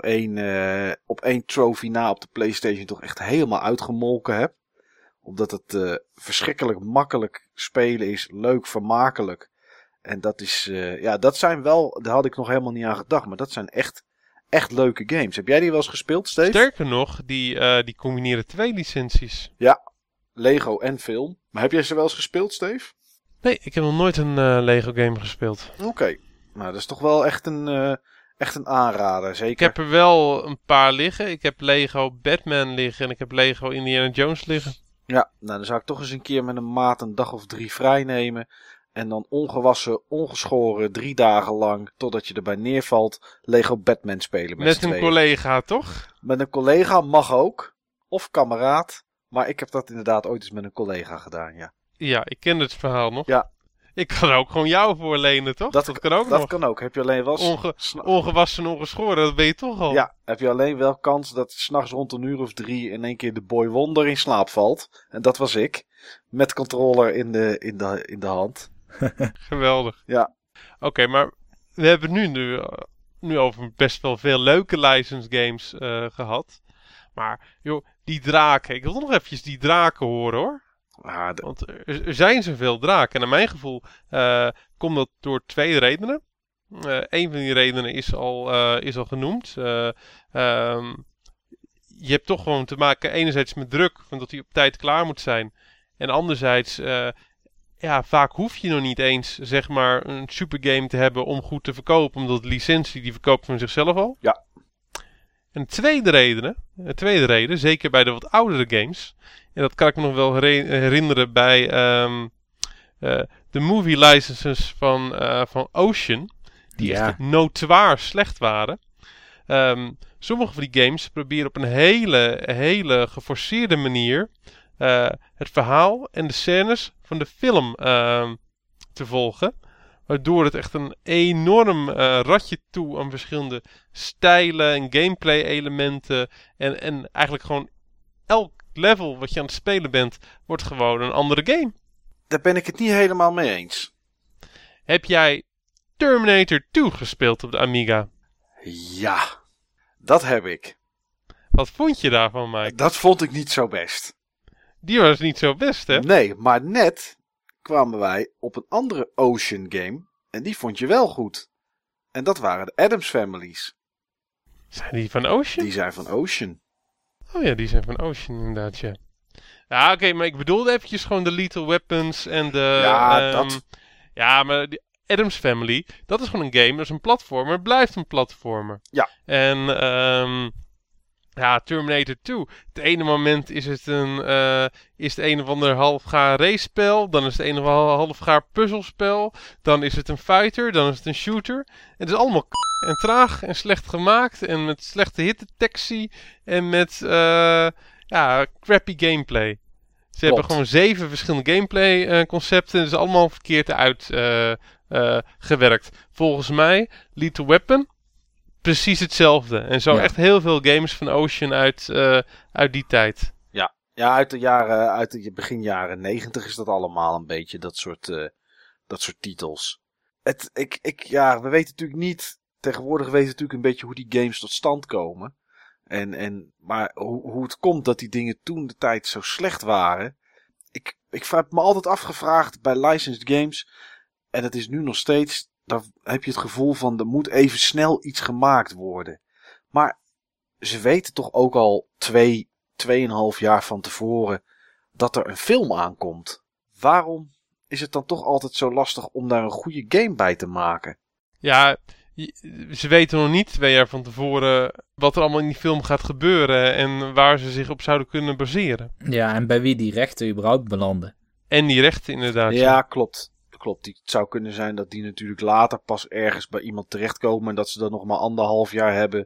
op één trophy na op de PlayStation toch echt helemaal uitgemolken heb. Omdat het verschrikkelijk makkelijk spelen is. Leuk, vermakelijk. En dat is, dat zijn wel, daar had ik nog helemaal niet aan gedacht. Maar dat zijn echt leuke games. Heb jij die wel eens gespeeld, Steve? Sterker nog, die combineren 2 licenties. Ja, Lego en film. Maar heb jij ze wel eens gespeeld, Steve? Nee, ik heb nog nooit een Lego game gespeeld. Oké. Nou, dat is toch wel echt een aanrader, zeker. Ik heb er wel een paar liggen. Ik heb Lego Batman liggen en ik heb Lego Indiana Jones liggen. Ja, nou dan zou ik toch eens een keer met een maat een dag of 3 vrij nemen. En dan ongewassen, ongeschoren 3 dagen lang, totdat je erbij neervalt, Lego Batman spelen met z'n Met een tweeën. collega, toch? Met een collega mag ook. Of kameraad. Maar ik heb dat inderdaad ooit eens met een collega gedaan, ja. Ja, ik ken het verhaal nog. Ja. Ik kan er ook gewoon jou voor lenen, toch? Dat kan ook nog. Dat kan ook. Heb je alleen wel... Ongewassen, ongeschoren, dat ben je toch al. Ja, heb je alleen wel kans dat 's nachts rond een uur of 3 in één keer de Boy Wonder in slaap valt. En dat was ik. Met controller in de hand. Geweldig. Ja. Oké, maar we hebben nu over best wel veel leuke licensed games gehad. Maar joh, die draken. Ik wil nog eventjes die draken horen hoor. Want er zijn zoveel draken. En naar mijn gevoel komt dat door 2 redenen. Een van die redenen is al genoemd. Je hebt toch gewoon te maken enerzijds met druk. Van dat hij op tijd klaar moet zijn. En anderzijds... vaak hoef je nog niet eens, zeg maar, een supergame te hebben om goed te verkopen. Omdat de licentie, die verkoopt van zichzelf al. Ja. En de tweede reden, zeker bij de wat oudere games. En dat kan ik me nog wel herinneren bij de movie licenses van Ocean. Die echt notoir slecht waren. Sommige van die games proberen op een hele geforceerde manier het verhaal en de scènes van de film te volgen. Waardoor het echt een enorm ratje toe aan verschillende stijlen en gameplay elementen. En eigenlijk gewoon elk level wat je aan het spelen bent, wordt gewoon een andere game. Daar ben ik het niet helemaal mee eens. Heb jij Terminator 2 gespeeld op de Amiga? Ja, dat heb ik. Wat vond je daarvan, Mike? Dat vond ik niet zo best. Die was niet zo best, hè? Nee, maar net kwamen wij op een andere Ocean game. En die vond je wel goed. En dat waren de Addams Families. Zijn die van Ocean? Die zijn van Ocean. Oh ja, die zijn van Ocean inderdaad, ja. Ja, oké, maar ik bedoelde eventjes gewoon de Lethal Weapons en de... Ja, dat. Ja, maar die Addams Family, dat is gewoon een game, dat is een platformer, het blijft een platformer. Ja. En ja, Terminator 2. Het ene moment is het een of ander halfgaar race-spel. Dan is het een of ander halfgaar puzzelspel. Dan is het een fighter. Dan is het een shooter. Het is allemaal en traag en slecht gemaakt. En met slechte hitdetectie. En met crappy gameplay. Ze hebben gewoon 7 verschillende gameplay concepten. Het is allemaal verkeerd uitgewerkt. Volgens mij, Lethal Weapon... precies hetzelfde. En zo echt heel veel games van Ocean uit die tijd. Ja, uit de begin jaren 90 is dat allemaal een beetje dat soort titels. We weten natuurlijk niet, tegenwoordig weten we natuurlijk een beetje hoe die games tot stand komen. Maar hoe het komt dat die dingen toen de tijd zo slecht waren. Ik heb me altijd afgevraagd bij licensed games. En het is nu nog steeds... Dan heb je het gevoel van, er moet even snel iets gemaakt worden. Maar ze weten toch ook al 2,5 jaar van tevoren dat er een film aankomt. Waarom is het dan toch altijd zo lastig om daar een goede game bij te maken? Ja, ze weten nog niet 2 jaar van tevoren wat er allemaal in die film gaat gebeuren en waar ze zich op zouden kunnen baseren. Ja, en bij wie die rechten überhaupt belanden. En die rechten inderdaad. Ja, klopt. Het zou kunnen zijn dat die natuurlijk later pas ergens bij iemand terechtkomen en dat ze dan nog maar 1,5 jaar hebben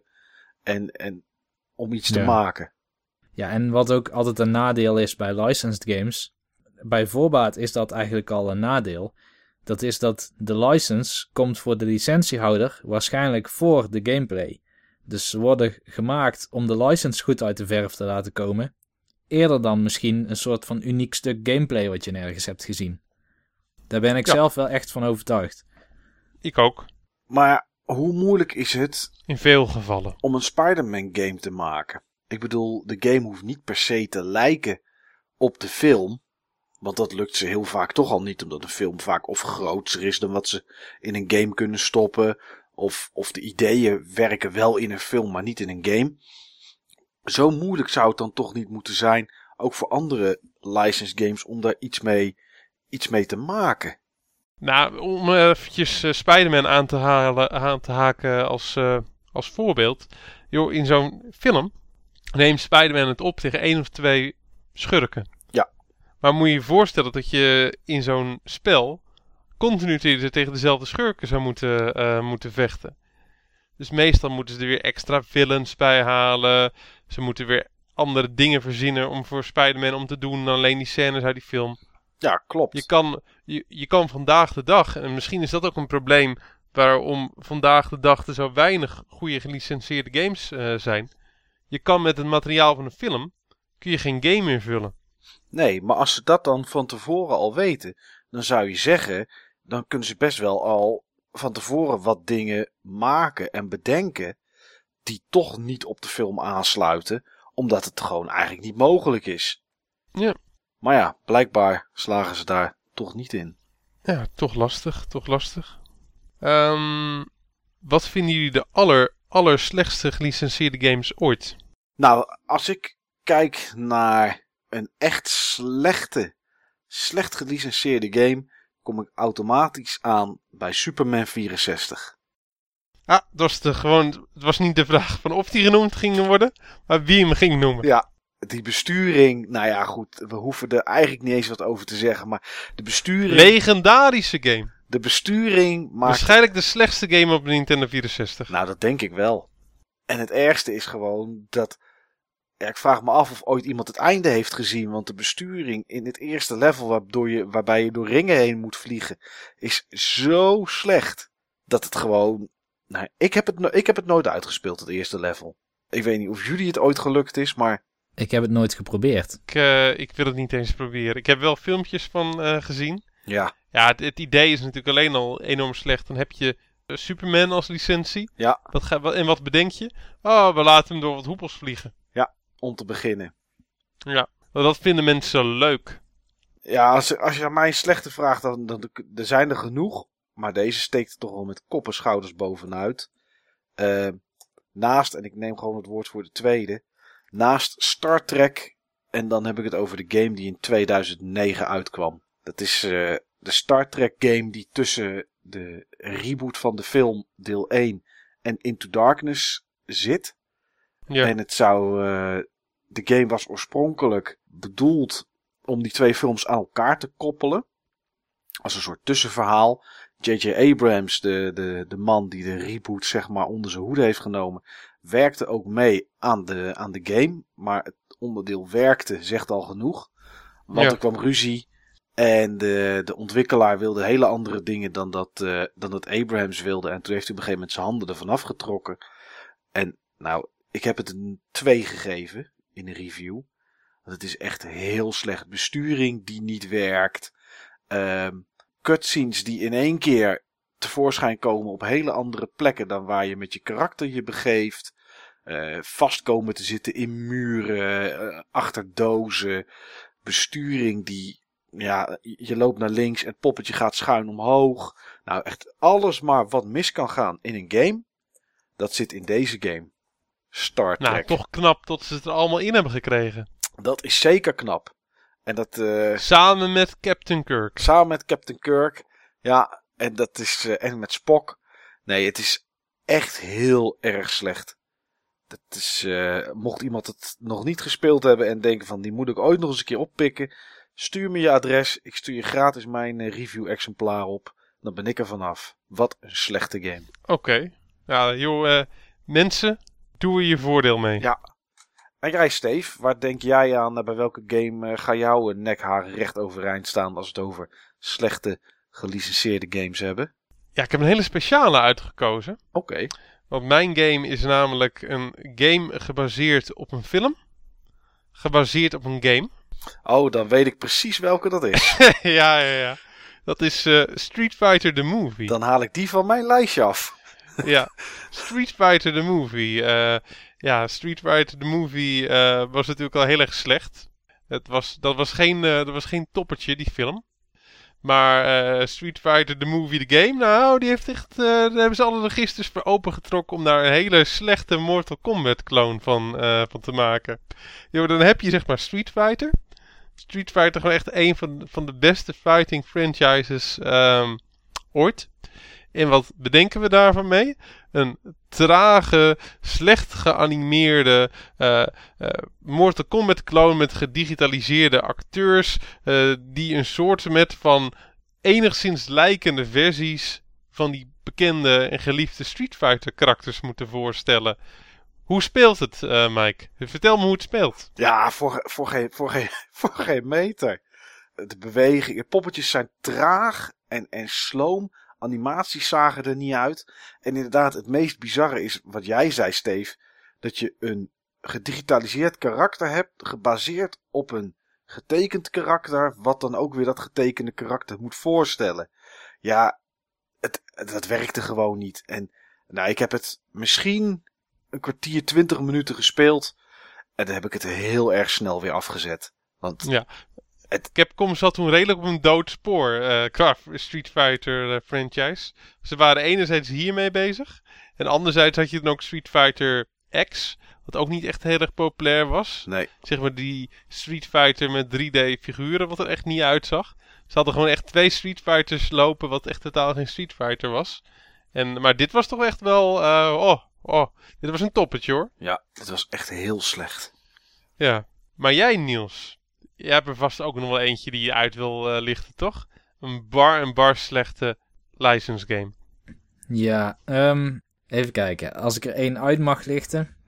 en om iets te maken. Ja, en wat ook altijd een nadeel is bij licensed games, bij voorbaat is dat eigenlijk al een nadeel. Dat is dat de license komt voor de licentiehouder waarschijnlijk voor de gameplay. Dus ze worden gemaakt om de license goed uit de verf te laten komen, eerder dan misschien een soort van uniek stuk gameplay wat je nergens hebt gezien. Daar ben ik zelf wel echt van overtuigd. Ik ook. Maar hoe moeilijk is het... in veel gevallen. ...om een Spider-Man game te maken? Ik bedoel, de game hoeft niet per se te lijken op de film. Want dat lukt ze heel vaak toch al niet. Omdat een film vaak of groter is dan wat ze in een game kunnen stoppen. Of de ideeën werken wel in een film, maar niet in een game. Zo moeilijk zou het dan toch niet moeten zijn. Ook voor andere licensed games om daar iets mee te maken. Nou, om eventjes Spider-Man aan te haken als voorbeeld. Joh, in zo'n film neemt Spider-Man het op tegen 1 of 2 schurken. Ja. Maar moet je je voorstellen dat je in zo'n spel continu tegen dezelfde schurken zou moeten vechten. Dus meestal moeten ze er weer extra villains bij halen. Ze moeten weer andere dingen verzinnen om voor Spider-Man om te doen dan alleen die scènes uit die film. Ja, klopt. Je kan vandaag de dag, en misschien is dat ook een probleem waarom vandaag de dag er zo weinig goede gelicenseerde games zijn. Je kan met het materiaal van een film, kun je geen game invullen. Nee, maar als ze dat dan van tevoren al weten, dan zou je zeggen, dan kunnen ze best wel al van tevoren wat dingen maken en bedenken die toch niet op de film aansluiten, omdat het gewoon eigenlijk niet mogelijk is. Ja. Maar ja, blijkbaar slagen ze daar toch niet in. Ja, toch lastig. Wat vinden jullie de allerslechtste gelicenseerde games ooit? Nou, als ik kijk naar een echt slecht gelicenseerde game, kom ik automatisch aan bij Superman 64. Ah, het was niet de vraag van of die genoemd ging worden, maar wie hem ging noemen. Ja, die besturing, nou ja goed, we hoeven er eigenlijk niet eens wat over te zeggen, maar de besturing... Legendarische game. De besturing maakt... Waarschijnlijk de slechtste game op de Nintendo 64. Nou, dat denk ik wel. En het ergste is gewoon dat Ja, ik vraag me af of ooit iemand het einde heeft gezien. Want de besturing in het eerste level waarbij je door ringen heen moet vliegen, is zo slecht. Dat het gewoon... Nou, ik heb het nooit uitgespeeld, het eerste level. Ik weet niet of jullie het ooit gelukt is, maar... Ik heb het nooit geprobeerd. Ik wil het niet eens proberen. Ik heb wel filmpjes van gezien. Ja. Ja, het idee is natuurlijk alleen al enorm slecht. Dan heb je Superman als licentie. Ja. En wat bedenk je? Oh, we laten hem door wat hoepels vliegen. Ja, om te beginnen. Ja, dat vinden mensen leuk. Ja, als je aan mij een slechte vraagt, dan er zijn er genoeg. Maar deze steekt er toch wel met kop en schouders bovenuit. Naast, en ik neem gewoon het woord voor de tweede. Naast Star Trek, en dan heb ik het over de game die in 2009 uitkwam. Dat is de Star Trek game die tussen de reboot van de film deel 1 en Into Darkness zit. Ja. En de game was oorspronkelijk bedoeld om die twee films aan elkaar te koppelen. Als een soort tussenverhaal. J.J. Abrams, de man die de reboot zeg maar onder zijn hoede heeft genomen, werkte ook mee aan de game. Maar het onderdeel werkte zegt al genoeg. Want er kwam ruzie. En de ontwikkelaar wilde hele andere dingen dan dat Abrams wilde. En toen heeft hij op een gegeven moment zijn handen ervan afgetrokken. En nou, ik heb het een 2 gegeven in een review. Want het is echt heel slecht. Besturing die niet werkt. Cutscenes die in één keer tevoorschijn komen op hele andere plekken dan waar je met je karakter je begeeft. Vast komen te zitten in muren, achter dozen. Besturing die, ja, je loopt naar links en het poppetje gaat schuin omhoog. Nou, echt alles maar wat mis kan gaan in een game, dat zit in deze game. Star Trek. Nou, toch knap dat ze het er allemaal in hebben gekregen. Dat is zeker knap. En dat... Samen met Captain Kirk. Samen met Captain Kirk. Ja, en dat is... en met Spock. Nee, het is echt heel erg slecht. Dat is... mocht iemand het nog niet gespeeld hebben en denken van, die moet ik ooit nog eens een keer oppikken. Stuur me je adres. Ik stuur je gratis mijn review-exemplaar op. Dan ben ik er vanaf. Wat een slechte game. Oké. Ja, joh, mensen, doe er je voordeel mee. Ja. En jij, Steve, waar denk jij aan? Bij welke game ga jouw nekharen recht overeind staan als we het over slechte gelicenseerde games hebben? Ja, ik heb een hele speciale uitgekozen. Oké. Want mijn game is namelijk een game gebaseerd op een film. Gebaseerd op een game. Oh, dan weet ik precies welke dat is. Ja. Dat is Street Fighter the Movie. Dan haal ik die van mijn lijstje af. Ja, Street Fighter the Movie. Street Fighter the Movie was natuurlijk al heel erg slecht. Dat was geen toppertje, die film. Maar Street Fighter the Movie, de game, nou, die heeft echt... daar hebben ze alle registers voor opengetrokken om daar een hele slechte Mortal Kombat clone van te maken. Jo, dan heb je zeg maar Street Fighter. Street Fighter gewoon echt een van de beste fighting franchises ooit. En wat bedenken we daarvan mee? Een trage, slecht geanimeerde Mortal Kombat clone met gedigitaliseerde acteurs die een soort van enigszins lijkende versies van die bekende en geliefde Street Fighter karakters moeten voorstellen. Hoe speelt het, Mike? Vertel me hoe het speelt. Ja, voor geen meter. De bewegingen, poppetjes zijn traag en sloom. Animaties zagen er niet uit. En inderdaad, het meest bizarre is wat jij zei, Steve. Dat je een gedigitaliseerd karakter hebt, gebaseerd op een getekend karakter, wat dan ook weer dat getekende karakter moet voorstellen. Ja, dat werkte gewoon niet. En nou, ik heb het misschien een kwartier, 20 minuten gespeeld. En dan heb ik het heel erg snel weer afgezet. Want ja. Capcom zat toen redelijk op een dood spoor qua Street Fighter franchise. Ze waren enerzijds hiermee bezig. En anderzijds had je dan ook Street Fighter X. Wat ook niet echt heel erg populair was. Nee. Zeg maar die Street Fighter met 3D figuren wat er echt niet uitzag. Ze hadden gewoon echt 2 Street Fighters lopen wat echt totaal geen Street Fighter was. Maar dit was toch echt wel... dit was een toppetje hoor. Ja, dit was echt heel slecht. Ja, maar jij Niels... Jij hebt er vast ook nog wel eentje die je uit wil lichten, toch? Een bar slechte license game. Ja, even kijken. Als ik er één uit mag lichten.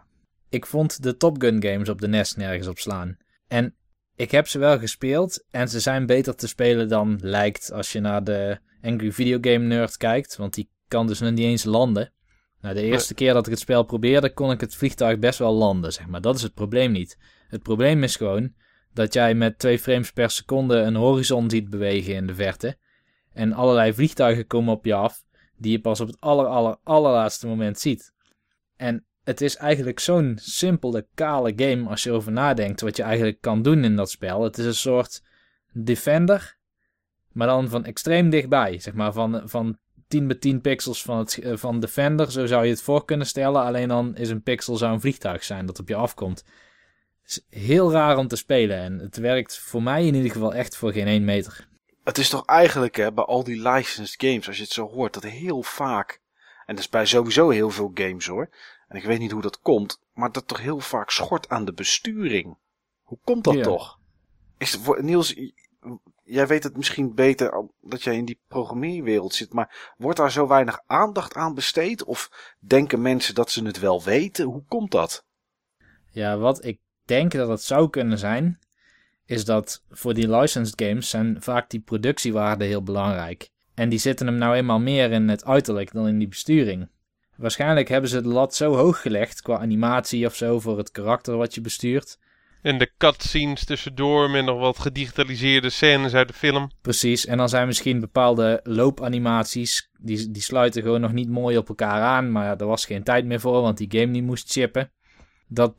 ik vond de Top Gun games op de NES nergens op slaan. En ik heb ze wel gespeeld en ze zijn beter te spelen dan lijkt als je naar de Angry Video Game Nerd kijkt. Want die kan dus nog niet eens landen. Nou, de eerste keer dat ik het spel probeerde, kon ik het vliegtuig best wel landen, zeg maar. Dat is het probleem niet. Het probleem is gewoon dat jij met 2 frames per seconde een horizon ziet bewegen in de verte. En allerlei vliegtuigen komen op je af, die je pas op het allerlaatste moment ziet. En het is eigenlijk zo'n simpele, kale game als je erover nadenkt wat je eigenlijk kan doen in dat spel. Het is een soort Defender, maar dan van extreem dichtbij. Zeg maar van 10 bij 10 pixels van Defender, zo zou je het voor kunnen stellen. Alleen dan is een pixel zou een vliegtuig zijn dat op je afkomt. Het is heel raar om te spelen en het werkt voor mij in ieder geval echt voor geen 1 meter. Het is toch eigenlijk bij al die licensed games, als je het zo hoort, dat heel vaak, en dat is bij sowieso heel veel games hoor, en ik weet niet hoe dat komt, maar dat toch heel vaak schort aan de besturing. Hoe komt dat toch? Niels, jij weet het misschien beter dat jij in die programmeerwereld zit, maar wordt daar zo weinig aandacht aan besteed? Of denken mensen dat ze het wel weten? Hoe komt dat? Ja, wat ik denk dat het zou kunnen zijn, is dat voor die licensed games zijn vaak die productiewaarden heel belangrijk. En die zitten hem nou eenmaal meer in het uiterlijk dan in die besturing. Waarschijnlijk hebben ze de lat zo hoog gelegd qua animatie of zo voor het karakter wat je bestuurt. En de cutscenes tussendoor met nog wat gedigitaliseerde scènes uit de film. Precies, en dan zijn misschien bepaalde loopanimaties, die sluiten gewoon nog niet mooi op elkaar aan. Maar ja, er was geen tijd meer voor, want die game niet moest chippen. Dat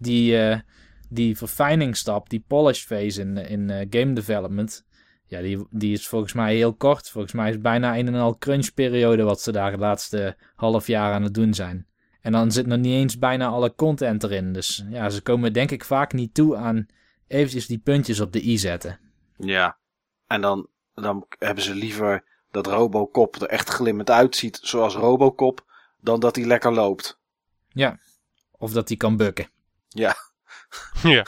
die verfijningsstap, die polish phase in game development, ja, die is volgens mij heel kort. Volgens mij is het bijna een en al crunchperiode wat ze daar het laatste half jaar aan het doen zijn. En dan zit nog niet eens bijna alle content erin. Dus ja, ze komen denk ik vaak niet toe aan eventjes die puntjes op de i zetten. Ja, en dan hebben ze liever dat Robocop er echt glimmend uitziet zoals Robocop, dan dat hij lekker loopt. Ja, of dat hij kan bukken. Ja. Ja.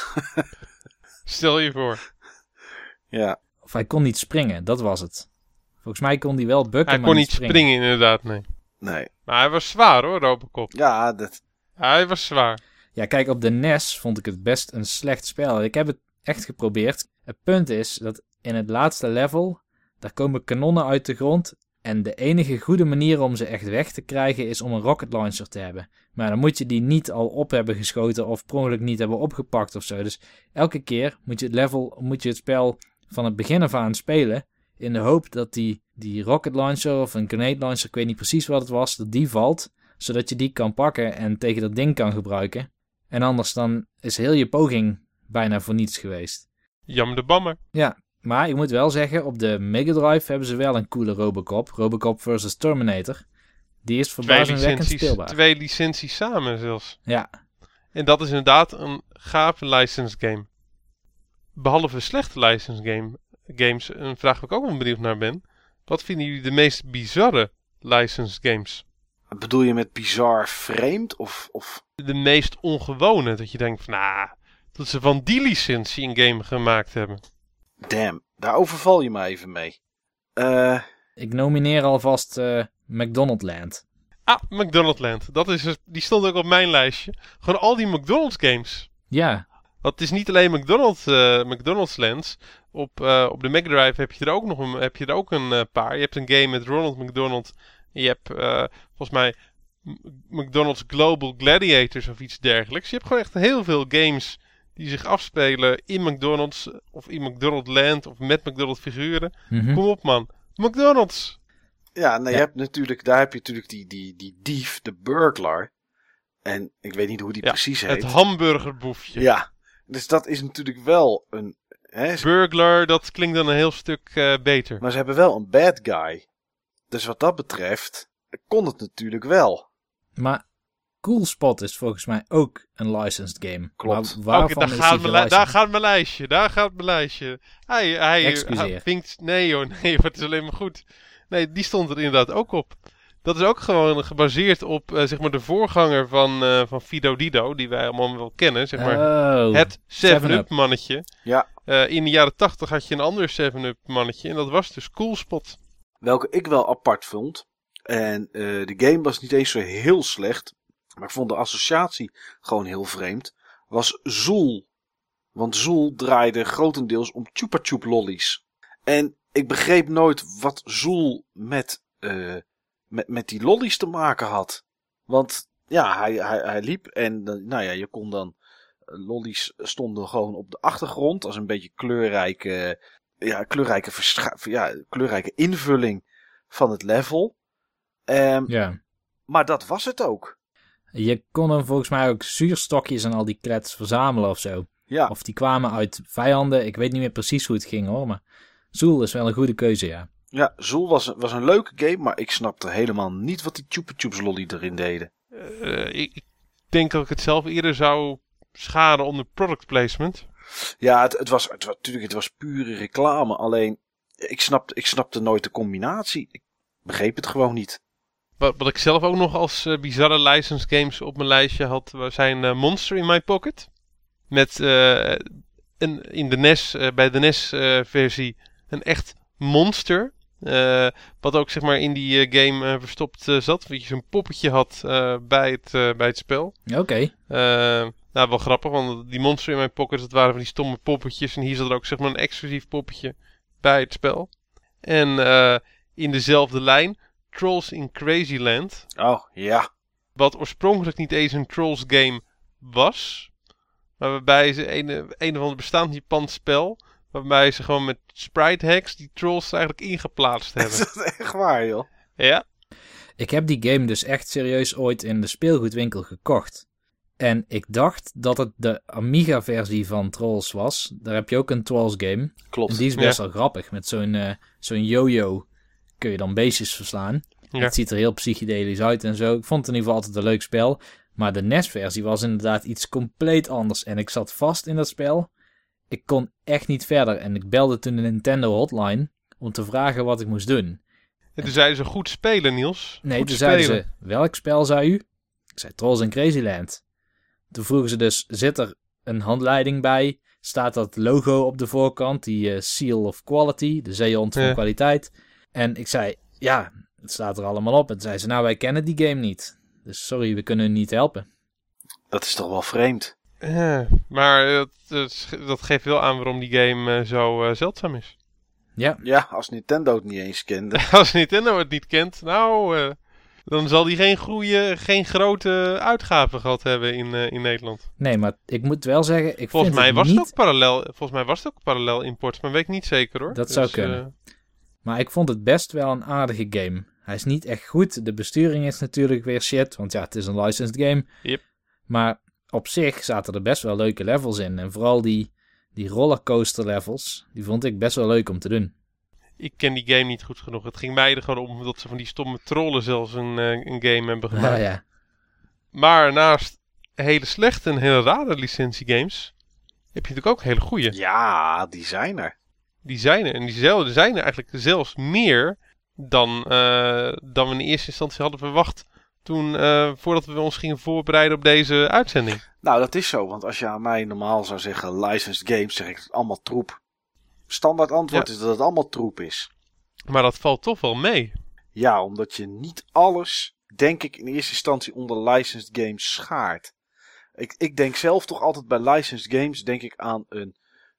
Stel je voor. Ja. Of hij kon niet springen, dat was het. Volgens mij kon hij wel bukken, Hij maar kon niet niet springen inderdaad, nee. Nee. Maar hij was zwaar hoor, Robocop. Ja, dat... Hij was zwaar. Ja, kijk, op de NES vond ik het best een slecht spel. Ik heb het echt geprobeerd. Het punt is dat in het laatste level, daar komen kanonnen uit de grond. En de enige goede manier om ze echt weg te krijgen is om een rocket launcher te hebben. Maar dan moet je die niet al op hebben geschoten of per ongeluk niet hebben opgepakt of zo. Dus elke keer moet je het spel van het begin af aan spelen in de hoop dat die rocket launcher of een grenade launcher, ik weet niet precies wat het was, dat die valt, zodat je die kan pakken en tegen dat ding kan gebruiken. En anders dan is heel je poging bijna voor niets geweest. Jammer de bammer. Ja, maar ik moet wel zeggen, op de Mega Drive hebben ze wel een coole Robocop. Robocop vs. Terminator. Die is verbazingwekkend speelbaar. 2 licenties samen zelfs. Ja. En dat is inderdaad een gave licensed game. Behalve slechte licensed games, een vraag waar ik ook wel benieuwd naar ben. Wat vinden jullie de meest bizarre licensed games? Bedoel je met bizar vreemd of... De meest ongewone, dat je denkt van, dat ze van die licentie een game gemaakt hebben. Damn, daar overval je me even mee. Ik nomineer alvast McDonaldland. McDonaldland. Die stond ook op mijn lijstje. Gewoon al die McDonald's games. Ja. Want het is niet alleen McDonald's Lands. Op de Mega Drive heb je er ook een paar. Je hebt een game met Ronald McDonald. Je hebt volgens mij McDonald's Global Gladiators of iets dergelijks. Je hebt gewoon echt heel veel games die zich afspelen in McDonald's of in McDonaldland of met McDonald's figuren. Mm-hmm. Kom op man. McDonald's! Ja, nou, daar heb je natuurlijk die dief, de burglar. En ik weet niet hoe die precies heet. Het hamburgerboefje. Ja, dus dat is natuurlijk wel een... Burglar, dat klinkt dan een heel stuk beter. Maar ze hebben wel een bad guy. Dus wat dat betreft kon het natuurlijk wel. Maar Cool Spot is volgens mij ook een licensed game. Klopt. Maar waarvan daar gaat mijn lijstje. Hij vinkt... Nee joh, het is alleen maar goed. Nee, die stond er inderdaad ook op. Dat is ook gewoon gebaseerd op zeg maar de voorganger van Fido Dido, die wij allemaal wel kennen. Zeg maar het 7-Up mannetje. Ja. In de jaren 80 had je een ander 7-Up mannetje en dat was dus Cool Spot. Welke ik wel apart vond. En de game was niet eens zo heel slecht. maar ik vond de associatie gewoon heel vreemd, was Zool. Want Zool draaide grotendeels om Chupa Chup lollies. En ik begreep nooit wat Zool met die lollies te maken had. Want ja, hij liep en nou ja, je kon dan... lollies stonden gewoon op de achtergrond als een beetje kleurrijke invulling van het level. Maar dat was het ook. Je kon hem volgens mij ook zuurstokjes en al die klets verzamelen of zo. Ja. Of die kwamen uit vijanden. Ik weet niet meer precies hoe het ging hoor. Maar Zool is wel een goede keuze, ja. Ja, Zool was een leuke game, maar ik snapte helemaal niet wat die Chupa Chups lolly erin deden. Ik denk dat ik het zelf eerder zou schade onder product placement. Ja, het was pure reclame. Alleen, ik snapte nooit de combinatie. Ik begreep het gewoon niet. Wat ik zelf ook nog als bizarre licensed games op mijn lijstje had, zijn Monster in My Pocket. Met in de NES, bij de NES-versie een echt monster. Wat ook zeg maar in die game verstopt zat. Dat je zo'n poppetje had bij het spel. Oké. Nou, wel grappig, want die Monster in My Pocket, dat waren van die stomme poppetjes. En hier zat er ook zeg maar een exclusief poppetje bij het spel. En in dezelfde lijn, Trolls in Crazyland. Oh, ja. Wat oorspronkelijk niet eens een Trolls game was. Maar waarbij ze een of ander bestaand Japans spel, waarbij ze gewoon met sprite hacks die trolls eigenlijk ingeplaatst hebben. Is dat echt waar, joh? Ja. Ik heb die game dus echt serieus ooit in de speelgoedwinkel gekocht. En ik dacht dat het de Amiga-versie van Trolls was. Daar heb je ook een Trolls game. Klopt. En die is best wel grappig. Met zo'n yo-yo kun je dan beestjes verslaan. Ja. Het ziet er heel psychedelisch uit en zo. Ik vond het in ieder geval altijd een leuk spel. Maar de NES-versie was inderdaad iets compleet anders. En ik zat vast in dat spel. Ik kon echt niet verder. En ik belde toen de Nintendo hotline om te vragen wat ik moest doen. En toen zeiden ze goed spelen, Niels. Nee, goed toen spelen. zeiden ze, welk spel zei u? Ik zei Trolls in Crazyland. Toen vroegen ze dus, zit er een handleiding bij? Staat dat logo op de voorkant? Die seal of quality, de zeehond van kwaliteit. En ik zei, ja, het staat er allemaal op. En toen zei ze, nou wij kennen die game niet. Dus sorry, we kunnen u niet helpen. Dat is toch wel vreemd? Maar dat geeft wel aan waarom die game zo zeldzaam is. Ja. Ja, als Nintendo het niet eens kende. Als Nintendo het niet kent, dan zal die geen grote uitgaven gehad hebben in Nederland. Nee, maar ik moet wel zeggen, Volgens mij was niet... het ook parallel import, maar weet ik niet zeker hoor. Dat zou kunnen. Maar ik vond het best wel een aardige game. Hij is niet echt goed. De besturing is natuurlijk weer shit, want ja, het is een licensed game. Yep. Maar op zich zaten er best wel leuke levels in. En vooral die rollercoaster levels, die vond ik best wel leuk om te doen. Ik ken die game niet goed genoeg. Het ging mij er gewoon om dat ze van die stomme trollen zelfs een game hebben gemaakt. Ja. Maar naast hele slechte en hele rare licentiegames heb je natuurlijk ook hele goede. Ja, die zijn er. Die zijn er. En die zijn er eigenlijk zelfs meer dan we in eerste instantie hadden verwacht toen, voordat we ons gingen voorbereiden op deze uitzending. Nou, dat is zo. Want als je aan mij normaal zou zeggen licensed games, zeg ik het allemaal troep. Standaard antwoord is dat het allemaal troep is. Maar dat valt toch wel mee. Ja, omdat je niet alles, denk ik, in eerste instantie onder licensed games schaart. Ik denk zelf toch altijd bij licensed games, denk ik aan een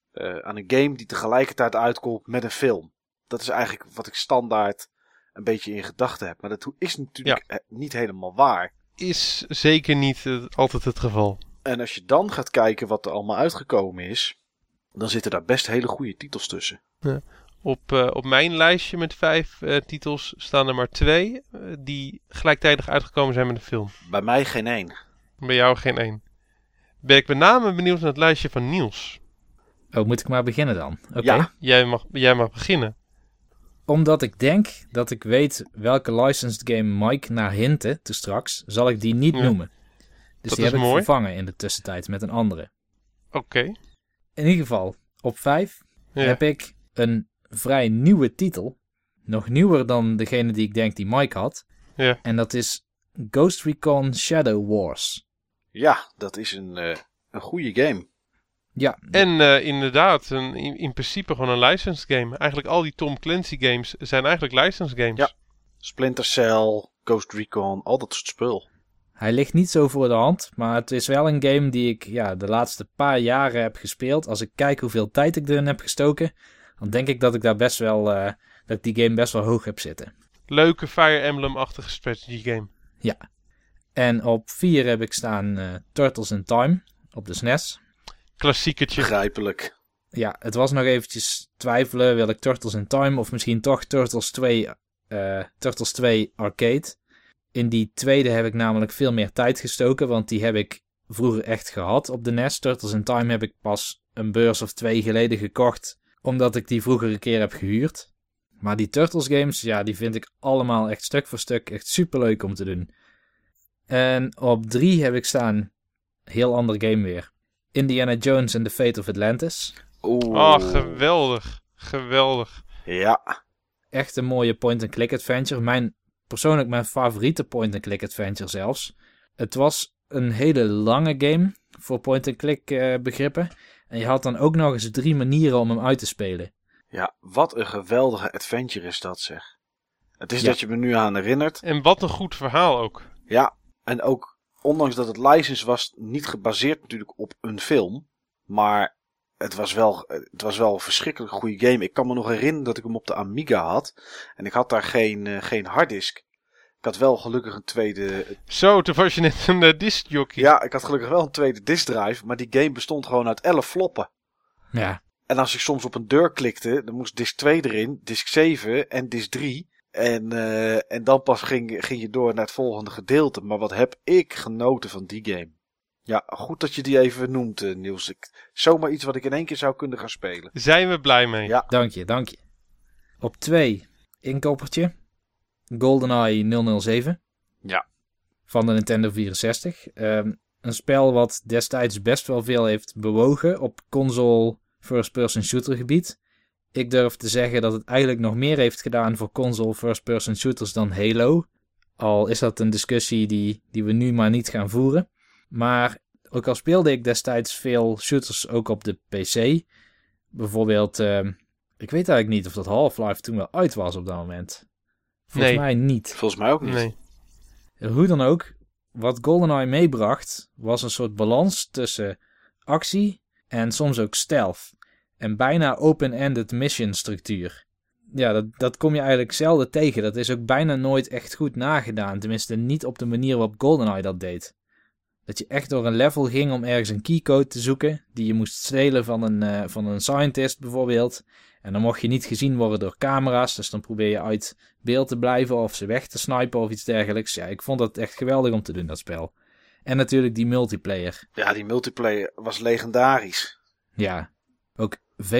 game die tegelijkertijd uitkomt met een film. Dat is eigenlijk wat ik standaard een beetje in gedachten heb. Maar dat is natuurlijk niet helemaal waar. Is zeker niet altijd het geval. En als je dan gaat kijken wat er allemaal uitgekomen is, dan zitten daar best hele goede titels tussen. Ja. Op mijn lijstje met 5 titels staan er maar 2 die gelijktijdig uitgekomen zijn met een film. Bij mij geen 1. Bij jou geen 1. Ben ik met name benieuwd naar het lijstje van Niels. Oh, moet ik maar beginnen dan? Oké. Ja. Jij mag beginnen. Omdat ik denk dat ik weet welke licensed game Mike naar hintte te straks, zal ik die niet noemen. Dus dat die heb ik mooi. vervangen in de tussentijd met een andere. Oké. In ieder geval, op 5 heb ik een vrij nieuwe titel. Nog nieuwer dan degene die ik denk die Mike had. Ja. En dat is Ghost Recon Shadow Wars. Ja, dat is een goede game. Ja. En inderdaad, in principe gewoon een licensed game. Eigenlijk al die Tom Clancy games zijn eigenlijk licensed games. Ja. Splinter Cell, Ghost Recon, al dat soort spul. Hij ligt niet zo voor de hand, maar het is wel een game die ik de laatste paar jaren heb gespeeld. Als ik kijk hoeveel tijd ik erin heb gestoken, dan denk ik dat ik daar best wel, dat ik die game best wel hoog heb zitten. Leuke Fire Emblem-achtige strategy game. Ja. En op 4 heb ik staan Turtles in Time op de SNES. Klassiekertje. Begrijpelijk. Ja, het was nog eventjes twijfelen. Wil ik Turtles in Time of misschien toch Turtles 2 Arcade. In die tweede heb ik namelijk veel meer tijd gestoken, want die heb ik vroeger echt gehad op de NES. Turtles in Time heb ik pas een beurs of 2 geleden gekocht, omdat ik die vroeger een keer heb gehuurd. Maar die Turtles games, die vind ik allemaal echt stuk voor stuk echt superleuk om te doen. En op 3 heb ik staan, heel ander game weer, Indiana Jones and the Fate of Atlantis. Geweldig. Geweldig. Ja. Echt een mooie point-and-click adventure. Persoonlijk mijn favoriete point-and-click adventure zelfs. Het was een hele lange game voor point-and-click begrippen. En je had dan ook nog eens 3 manieren om hem uit te spelen. Ja, wat een geweldige adventure is dat, zeg. Het is dat je me nu aan herinnert. En wat een goed verhaal ook. Ja, en ook, ondanks dat het license was, niet gebaseerd natuurlijk op een film. Maar het was wel een verschrikkelijk goede game. Ik kan me nog herinneren dat ik hem op de Amiga had. En ik had daar geen harddisk. Ik had wel gelukkig een tweede... Zo, toen was je net een diskjockey. Ja, ik had gelukkig wel een tweede diskdrive. Maar die game bestond gewoon uit 11 floppen. Ja. En als ik soms op een deur klikte, dan moest disk 2 erin, disk 7 en disk 3. En dan pas ging je door naar het volgende gedeelte. Maar wat heb ik genoten van die game. Ja, goed dat je die even noemt, Niels. Zomaar iets wat ik in één keer zou kunnen gaan spelen. Zijn we blij mee. Ja. Dank je. Op 2, inkoppertje. GoldenEye 007. Ja. Van de Nintendo 64. Een spel wat destijds best wel veel heeft bewogen op console first-person shooter gebied. Ik durf te zeggen dat het eigenlijk nog meer heeft gedaan voor console first-person shooters dan Halo. Al is dat een discussie die we nu maar niet gaan voeren. Maar ook al speelde ik destijds veel shooters ook op de PC. Bijvoorbeeld, ik weet eigenlijk niet of dat Half-Life toen wel uit was op dat moment. Volgens mij niet. Volgens mij ook niet. Nee. Hoe dan ook, wat GoldenEye meebracht was een soort balans tussen actie en soms ook stealth. En bijna open-ended mission structuur. Ja, dat kom je eigenlijk zelden tegen. Dat is ook bijna nooit echt goed nagedaan. Tenminste niet op de manier waarop GoldenEye dat deed. Dat je echt door een level ging om ergens een keycode te zoeken. Die je moest stelen van een scientist bijvoorbeeld. En dan mocht je niet gezien worden door camera's. Dus dan probeer je uit beeld te blijven of ze weg te snipen of iets dergelijks. Ja, ik vond dat echt geweldig om te doen, dat spel. En natuurlijk die multiplayer. Ja, die multiplayer was legendarisch. Ja, ook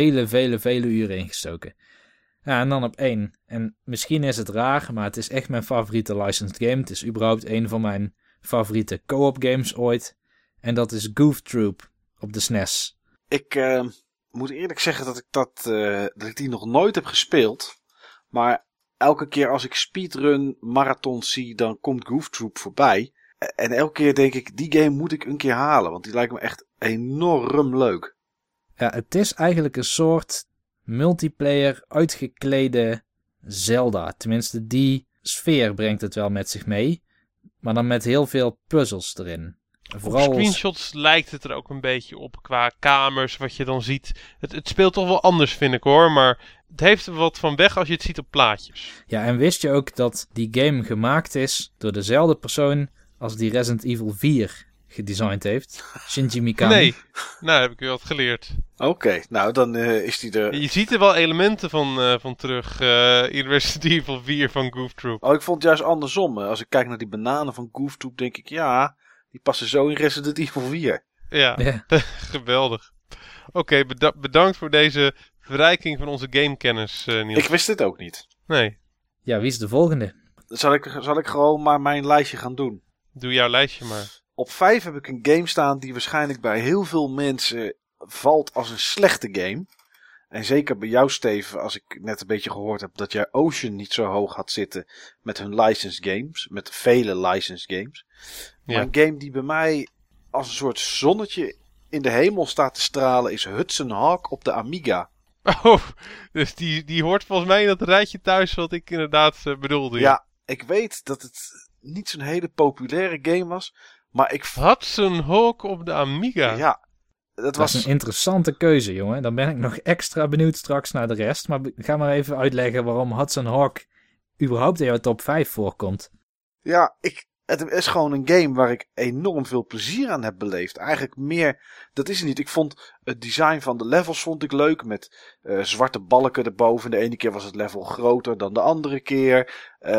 vele uren ingestoken. Ja, en dan op 1. En misschien is het raar, maar het is echt mijn favoriete licensed game. Het is überhaupt een van mijn favoriete co-op games ooit. En dat is Goof Troop op de SNES. Ik moet eerlijk zeggen dat ik die nog nooit heb gespeeld. Maar elke keer als ik speedrun marathon zie, dan komt Goof Troop voorbij. En elke keer denk ik, die game moet ik een keer halen. Want die lijkt me echt enorm leuk. Ja, het is eigenlijk een soort multiplayer uitgeklede Zelda. Tenminste, die sfeer brengt het wel met zich mee. Maar dan met heel veel puzzels erin. Vooral op screenshots lijkt het er ook een beetje op qua kamers, wat je dan ziet. Het speelt toch wel anders, vind ik hoor. Maar het heeft er wat van weg als je het ziet op plaatjes. Ja, en wist je ook dat die game gemaakt is door dezelfde persoon als die Resident Evil 4 gedesigned heeft? Shinji Mikami. Nee, nou heb ik weer wat geleerd. Oké, nou dan is die er... Je ziet er wel elementen van terug in Resident Evil 4 van Goof Troop. Oh, ik vond het juist andersom. Als ik kijk naar die bananen van Goof Troop, denk ik, ja, die passen zo in Resident Evil 4. Ja. Geweldig. Oké, bedankt voor deze verrijking van onze gamekennis, Niels. Ik wist dit ook niet. Nee. Ja, wie is de volgende? Zal ik gewoon maar mijn lijstje gaan doen? Doe jouw lijstje maar. Op 5 heb ik een game staan die waarschijnlijk bij heel veel mensen valt als een slechte game. En zeker bij jou, Steven, als ik net een beetje gehoord heb dat jij Ocean niet zo hoog had zitten met hun licensed games. Met vele licensed games. Maar een game die bij mij als een soort zonnetje in de hemel staat te stralen is Hudson Hawk op de Amiga. Oh, dus die hoort volgens mij in dat rijtje thuis wat ik inderdaad bedoelde. Ja, ik weet dat het niet zo'n hele populaire game was. Maar ik... Hudson Hawk op de Amiga. Ja, dat was was... een interessante keuze, jongen. Dan ben ik nog extra benieuwd straks naar de rest. Maar ga maar even uitleggen waarom Hudson Hawk überhaupt in jouw top 5 voorkomt. Ja, het is gewoon een game waar ik enorm veel plezier aan heb beleefd. Eigenlijk meer, dat is het niet. Ik vond het design van de levels vond ik leuk. Met zwarte balken erboven. De ene keer was het level groter dan de andere keer.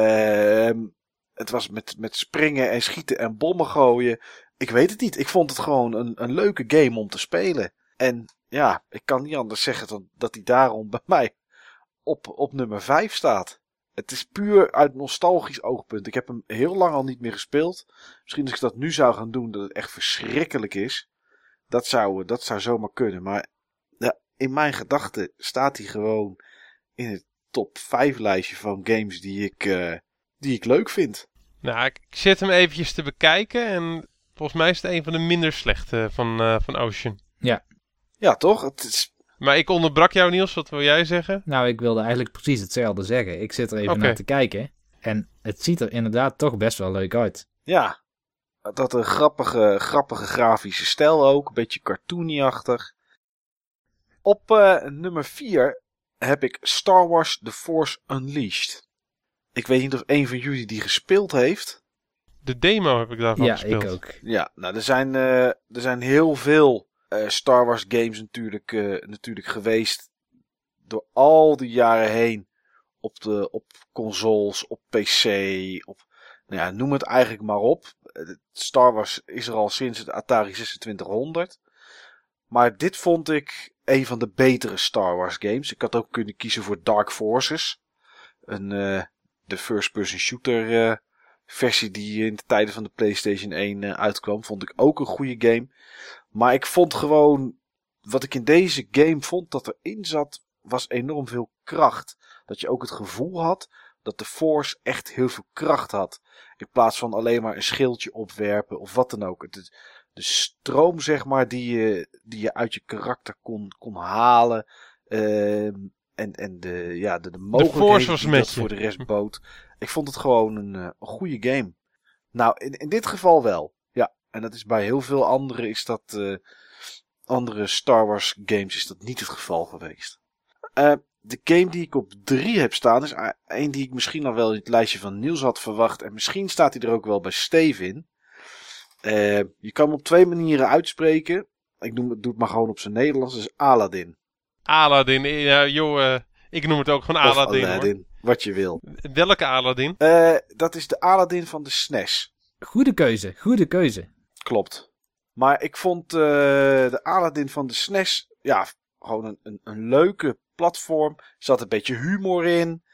Het was met springen en schieten en bommen gooien. Ik weet het niet. Ik vond het gewoon een leuke game om te spelen. En ja, ik kan niet anders zeggen dan dat hij daarom bij mij op nummer 5 staat. Het is puur uit nostalgisch oogpunt. Ik heb hem heel lang al niet meer gespeeld. Misschien als ik dat nu zou gaan doen, dat het echt verschrikkelijk is. Dat zou zomaar kunnen. Maar ja, in mijn gedachten staat hij gewoon in het top 5 lijstje van games die ik leuk vind. Nou, ik zit hem eventjes te bekijken en volgens mij is het een van de minder slechte van Ocean. Ja, toch? Het is... Maar ik onderbrak jou, Niels. Wat wil jij zeggen? Nou, ik wilde eigenlijk precies hetzelfde zeggen. Ik zit er even naar te kijken. En het ziet er inderdaad toch best wel leuk uit. Ja, het had een grappige grafische stijl ook. Een beetje cartoony-achtig. Op nummer 4 heb ik Star Wars The Force Unleashed. Ik weet niet of een van jullie die gespeeld heeft. De demo heb ik daarvan gespeeld. Ja, ik ook. Ja, nou er zijn heel veel Star Wars games natuurlijk geweest. Door al die jaren heen. Op consoles, op PC, nou ja, noem het eigenlijk maar op. Star Wars is er al sinds het Atari 2600. Maar dit vond ik een van de betere Star Wars games. Ik had ook kunnen kiezen voor Dark Forces. De first-person shooter versie die in de tijden van de PlayStation 1 uitkwam. Vond ik ook een goede game. Maar ik vond gewoon, wat ik in deze game vond dat erin zat, was enorm veel kracht. Dat je ook het gevoel had dat de Force echt heel veel kracht had. In plaats van alleen maar een schildje opwerpen of wat dan ook. De stroom, zeg maar, die je uit je karakter kon halen. En de mogelijkheden die dat voor de rest bood. Ik vond het gewoon een goede game. Nou, in dit geval wel. Ja, en dat is bij heel veel andere Star Wars games is dat niet het geval geweest. De game die ik op 3 heb staan is een die ik misschien al wel in het lijstje van Niels had verwacht. En misschien staat hij er ook wel bij Steve in. Je kan hem op 2 manieren uitspreken. Ik doe het maar gewoon op zijn Nederlands. Dat is Aladdin. Aladdin, ja, joh, ik noem het ook gewoon Aladdin. Aladdin, wat je wil. Welke Aladdin? Dat is de Aladdin van de SNES. Goede keuze. Klopt. Maar ik vond de Aladdin van de SNES, ja, gewoon een leuke platform. Er zat een beetje humor in.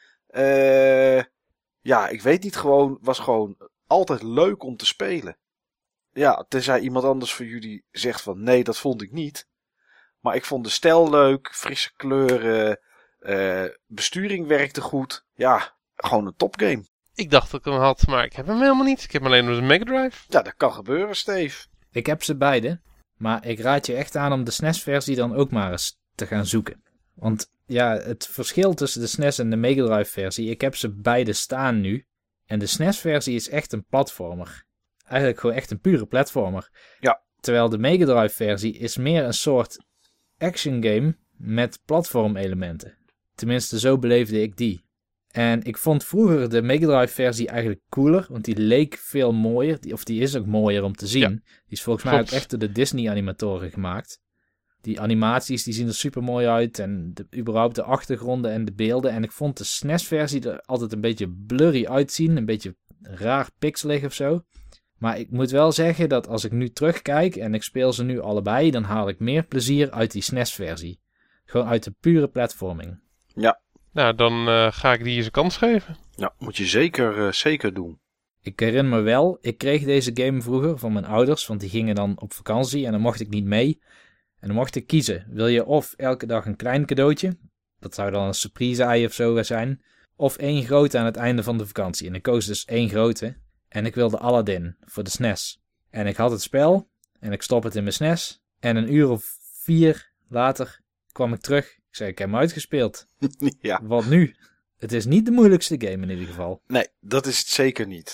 Ja, ik weet niet, was gewoon altijd leuk om te spelen. Ja, tenzij iemand anders voor jullie zegt van nee, dat vond ik niet. Maar ik vond de stijl leuk, frisse kleuren, besturing werkte goed. Ja, gewoon een topgame. Ik dacht dat ik hem had, maar ik heb hem helemaal niet. Ik heb hem alleen op de Mega Drive. Ja, dat kan gebeuren, Steve. Ik heb ze beide, maar ik raad je echt aan om de SNES-versie dan ook maar eens te gaan zoeken. Want ja, het verschil tussen de SNES en de Mega Drive-versie, ik heb ze beide staan nu. En de SNES-versie is echt een platformer. Eigenlijk gewoon echt een pure platformer. Ja. Terwijl de Mega Drive-versie is meer een soort action game met platformelementen. Tenminste, zo beleefde ik die. En ik vond vroeger de Mega Drive-versie eigenlijk cooler, want die leek veel mooier. Die is ook mooier om te zien. Ja. Die is volgens mij ook echt door de Disney-animatoren gemaakt. Die animaties die zien er super mooi uit en überhaupt de achtergronden en de beelden. En ik vond de SNES-versie er altijd een beetje blurry uitzien, een beetje raar pixelig of zo. Maar ik moet wel zeggen dat als ik nu terugkijk en ik speel ze nu allebei, dan haal ik meer plezier uit die SNES-versie. Gewoon uit de pure platforming. Ja. Nou, dan ga ik die eens een kans geven. Ja, moet je zeker doen. Ik herinner me wel, ik kreeg deze game vroeger van mijn ouders, want die gingen dan op vakantie en dan mocht ik niet mee. En dan mocht ik kiezen, wil je of elke dag een klein cadeautje, dat zou dan een surprise ei of zo zijn, of 1 grote aan het einde van de vakantie. En ik koos dus 1 grote en ik wilde Aladdin voor de SNES. En ik had het spel en ik stop het in mijn SNES en een uur of 4 later kwam ik terug. Ik zei, ik heb hem uitgespeeld. Ja. Wat nu? Het is niet de moeilijkste game in ieder geval. Nee, dat is het zeker niet.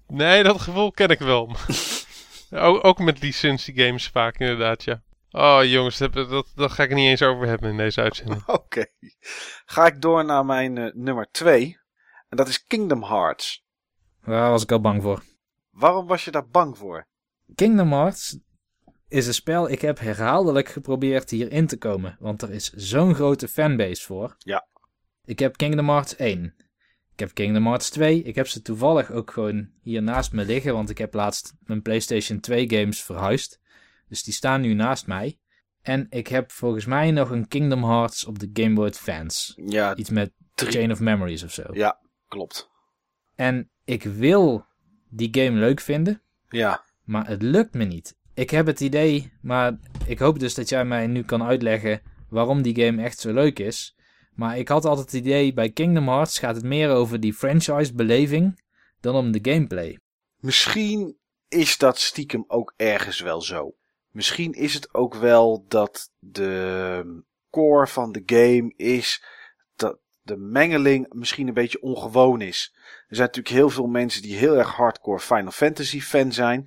Nee, dat gevoel ken ik wel. Ook met licentiegames vaak inderdaad, ja. Oh jongens, dat ga ik er niet eens over hebben in deze uitzending. Oké. Ga ik door naar mijn nummer 2. En dat is Kingdom Hearts. Daar was ik al bang voor. Waarom was je daar bang voor? Kingdom Hearts is een spel, ik heb herhaaldelijk geprobeerd hierin te komen. Want er is zo'n grote fanbase voor. Ja. Ik heb Kingdom Hearts 1. Ik heb Kingdom Hearts 2. Ik heb ze toevallig ook gewoon hier naast me liggen. Want ik heb laatst mijn PlayStation 2 games verhuisd. Dus die staan nu naast mij. En ik heb volgens mij nog een Kingdom Hearts op de Game Boy Advance. Ja, Iets met Chain of Memories of zo. ja, klopt. En ik wil die game leuk vinden. Ja. Maar het lukt me niet. Ik heb het idee, maar ik hoop dus dat jij mij nu kan uitleggen waarom die game echt zo leuk is. Maar ik had altijd het idee, bij Kingdom Hearts gaat het meer over die franchise-beleving dan om de gameplay. Misschien is dat stiekem ook ergens wel zo. Misschien is het ook wel dat de core van de game is dat de mengeling misschien een beetje ongewoon is. Er zijn natuurlijk heel veel mensen die heel erg hardcore Final Fantasy fan zijn.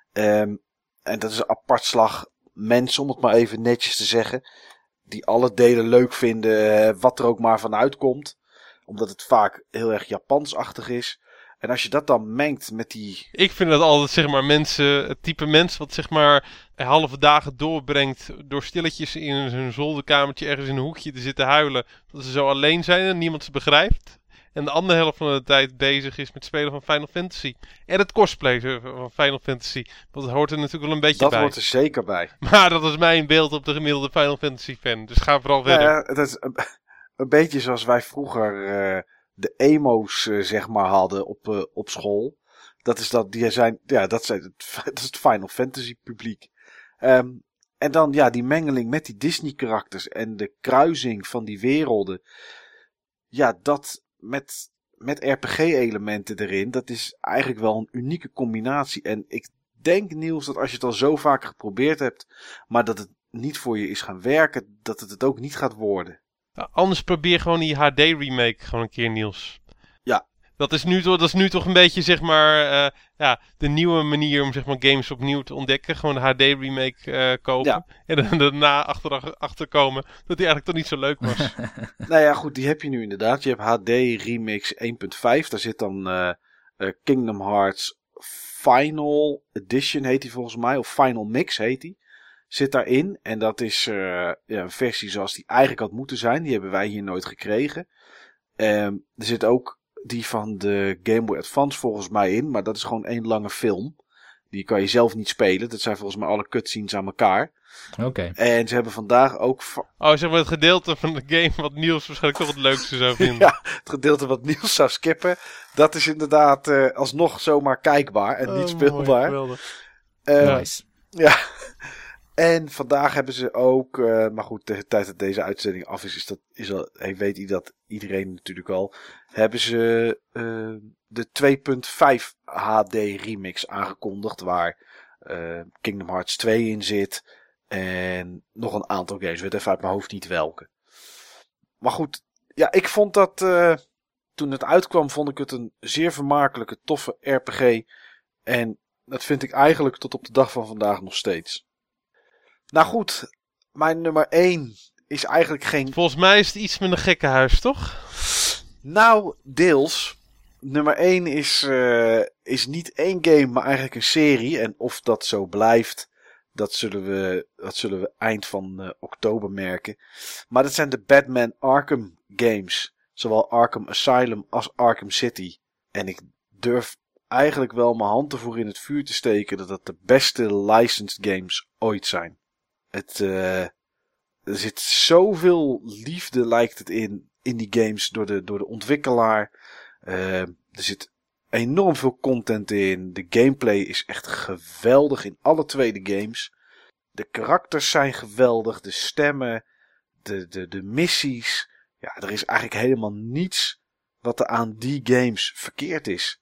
En dat is een apart slag mensen, om het maar even netjes te zeggen. Die alle delen leuk vinden, wat er ook maar van uitkomt. Omdat het vaak heel erg Japansachtig is. En als je dat dan mengt met die... Ik vind dat altijd, zeg maar, het type mens wat, zeg maar, halve dagen doorbrengt door stilletjes in hun zolderkamertje ergens in een hoekje te zitten huilen. Dat ze zo alleen zijn en niemand ze begrijpt. En de andere helft van de tijd bezig is met spelen van Final Fantasy. En het cosplayen van Final Fantasy. Want dat hoort er natuurlijk wel een beetje Dat bij. hoort er zeker bij. Maar dat is mijn beeld op de gemiddelde Final Fantasy fan. Dus ga vooral verder. Ja, dat is een beetje zoals wij vroeger de emo's zeg maar hadden op school. Dat is dat is het Final Fantasy publiek. En dan ja, die mengeling met die Disney karakters en de kruising van die werelden. Ja, dat met RPG elementen erin, dat is eigenlijk wel een unieke combinatie. En ik denk, Niels, dat als je het al zo vaak geprobeerd hebt, maar dat het niet voor je is gaan werken, dat het ook niet gaat worden. Nou, anders probeer gewoon die HD remake gewoon een keer, Niels. Ja. Dat is nu toch een beetje, zeg maar, de nieuwe manier om, zeg maar, games opnieuw te ontdekken. Gewoon de HD remake kopen. Ja. En dan daarna achterkomen dat die eigenlijk toch niet zo leuk was. Nou ja, goed, die heb je nu inderdaad. Je hebt HD Remix 1.5. Daar zit dan Kingdom Hearts Final Edition heet die volgens mij. Of Final Mix heet die. Zit daarin. En dat is een versie zoals die eigenlijk had moeten zijn. Die hebben wij hier nooit gekregen. Er zit ook die van de Game Boy Advance volgens mij in. Maar dat is gewoon één lange film. Die kan je zelf niet spelen. Dat zijn volgens mij alle cutscenes aan elkaar. Oké. En ze hebben vandaag ook... Oh, zeg maar het gedeelte van de game wat Niels waarschijnlijk toch het leukste zou vinden. Ja, het gedeelte wat Niels zou skippen. Dat is inderdaad alsnog zomaar kijkbaar en niet speelbaar. Mooi, Nice. Ja. En vandaag hebben ze ook... maar goed, de tijd dat deze uitzending af weet dat iedereen natuurlijk al. Hebben ze de 2.5 HD remix aangekondigd. Waar Kingdom Hearts 2 in zit. En nog een aantal games. Ik weet even uit mijn hoofd niet welke. Maar goed, ja, ik vond dat... toen het uitkwam, vond ik het een zeer vermakelijke, toffe RPG. En dat vind ik eigenlijk tot op de dag van vandaag nog steeds. Nou goed, mijn nummer 1 is eigenlijk geen... Volgens mij is het iets met een gekkenhuis, toch? Nou, deels. Nummer 1 is niet één game, maar eigenlijk een serie. En of dat zo blijft, dat zullen we eind van oktober merken. Maar dat zijn de Batman Arkham games. Zowel Arkham Asylum als Arkham City. En ik durf eigenlijk wel mijn hand ervoor in het vuur te steken dat dat de beste licensed games ooit zijn. Er zit zoveel liefde, lijkt het in die games door de ontwikkelaar. Er zit enorm veel content in. De gameplay is echt geweldig in alle twee de games. De karakters zijn geweldig. De stemmen. De missies. Ja, er is eigenlijk helemaal niets wat er aan die games verkeerd is.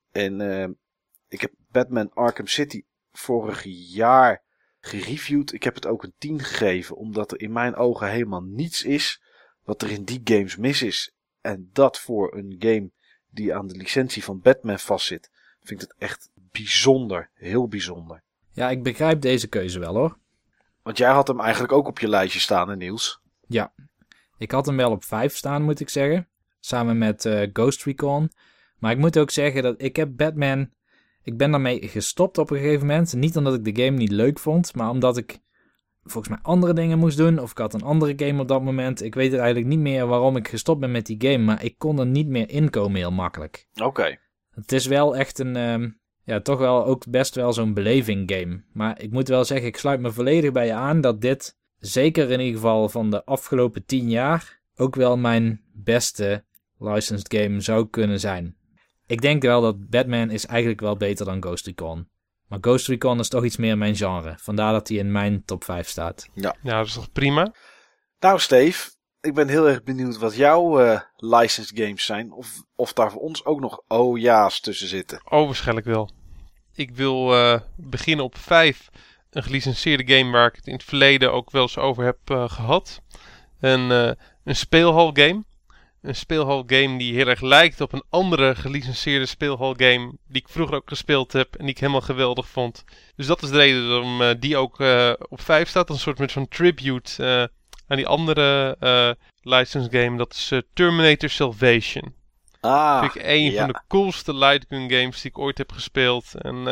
En ik heb Batman Arkham City vorig jaar gereviewd. Ik heb het ook een 10 gegeven. Omdat er in mijn ogen helemaal niets is wat er in die games mis is. En dat voor een game die aan de licentie van Batman vastzit, vind vind ik het echt bijzonder. Heel bijzonder. Ja, ik begrijp deze keuze wel hoor. Want jij had hem eigenlijk ook op je lijstje staan, hè, Niels? Ja, ik had hem wel op 5 staan, moet ik zeggen. Samen met Ghost Recon. Maar ik moet ook zeggen dat ik heb Batman... Ik ben daarmee gestopt op een gegeven moment. Niet omdat ik de game niet leuk vond, maar omdat ik volgens mij andere dingen moest doen. Of ik had een andere game op dat moment. Ik weet het eigenlijk niet meer waarom ik gestopt ben met die game. Maar ik kon er niet meer inkomen heel makkelijk. Oké. Het is wel echt een... toch wel ook best wel zo'n beleving game. Maar ik moet wel zeggen, ik sluit me volledig bij je aan dat dit, zeker in ieder geval van de afgelopen 10 jaar, ook wel mijn beste licensed game zou kunnen zijn. Ik denk wel dat Batman is eigenlijk wel beter dan Ghost Recon. Maar Ghost Recon is toch iets meer mijn genre. Vandaar dat hij in mijn top 5 staat. Ja, dat is toch prima? Nou, Steve, ik ben heel erg benieuwd wat jouw licensed games zijn. Of daar voor ons ook nog ja's tussen zitten. Oh, waarschijnlijk wel. Ik wil beginnen op 5. Een gelicenseerde game waar ik het in het verleden ook wel eens over heb gehad. Een speelhalgame. Een speelhalgame die heel erg lijkt op een andere gelicenseerde speelhalgame die ik vroeger ook gespeeld heb en die ik helemaal geweldig vond. Dus dat is de reden waarom die ook op 5 staat. Een soort met zo'n tribute aan die andere licensed game. Dat is Terminator Salvation. Vind ik een van de coolste light gun games die ik ooit heb gespeeld. En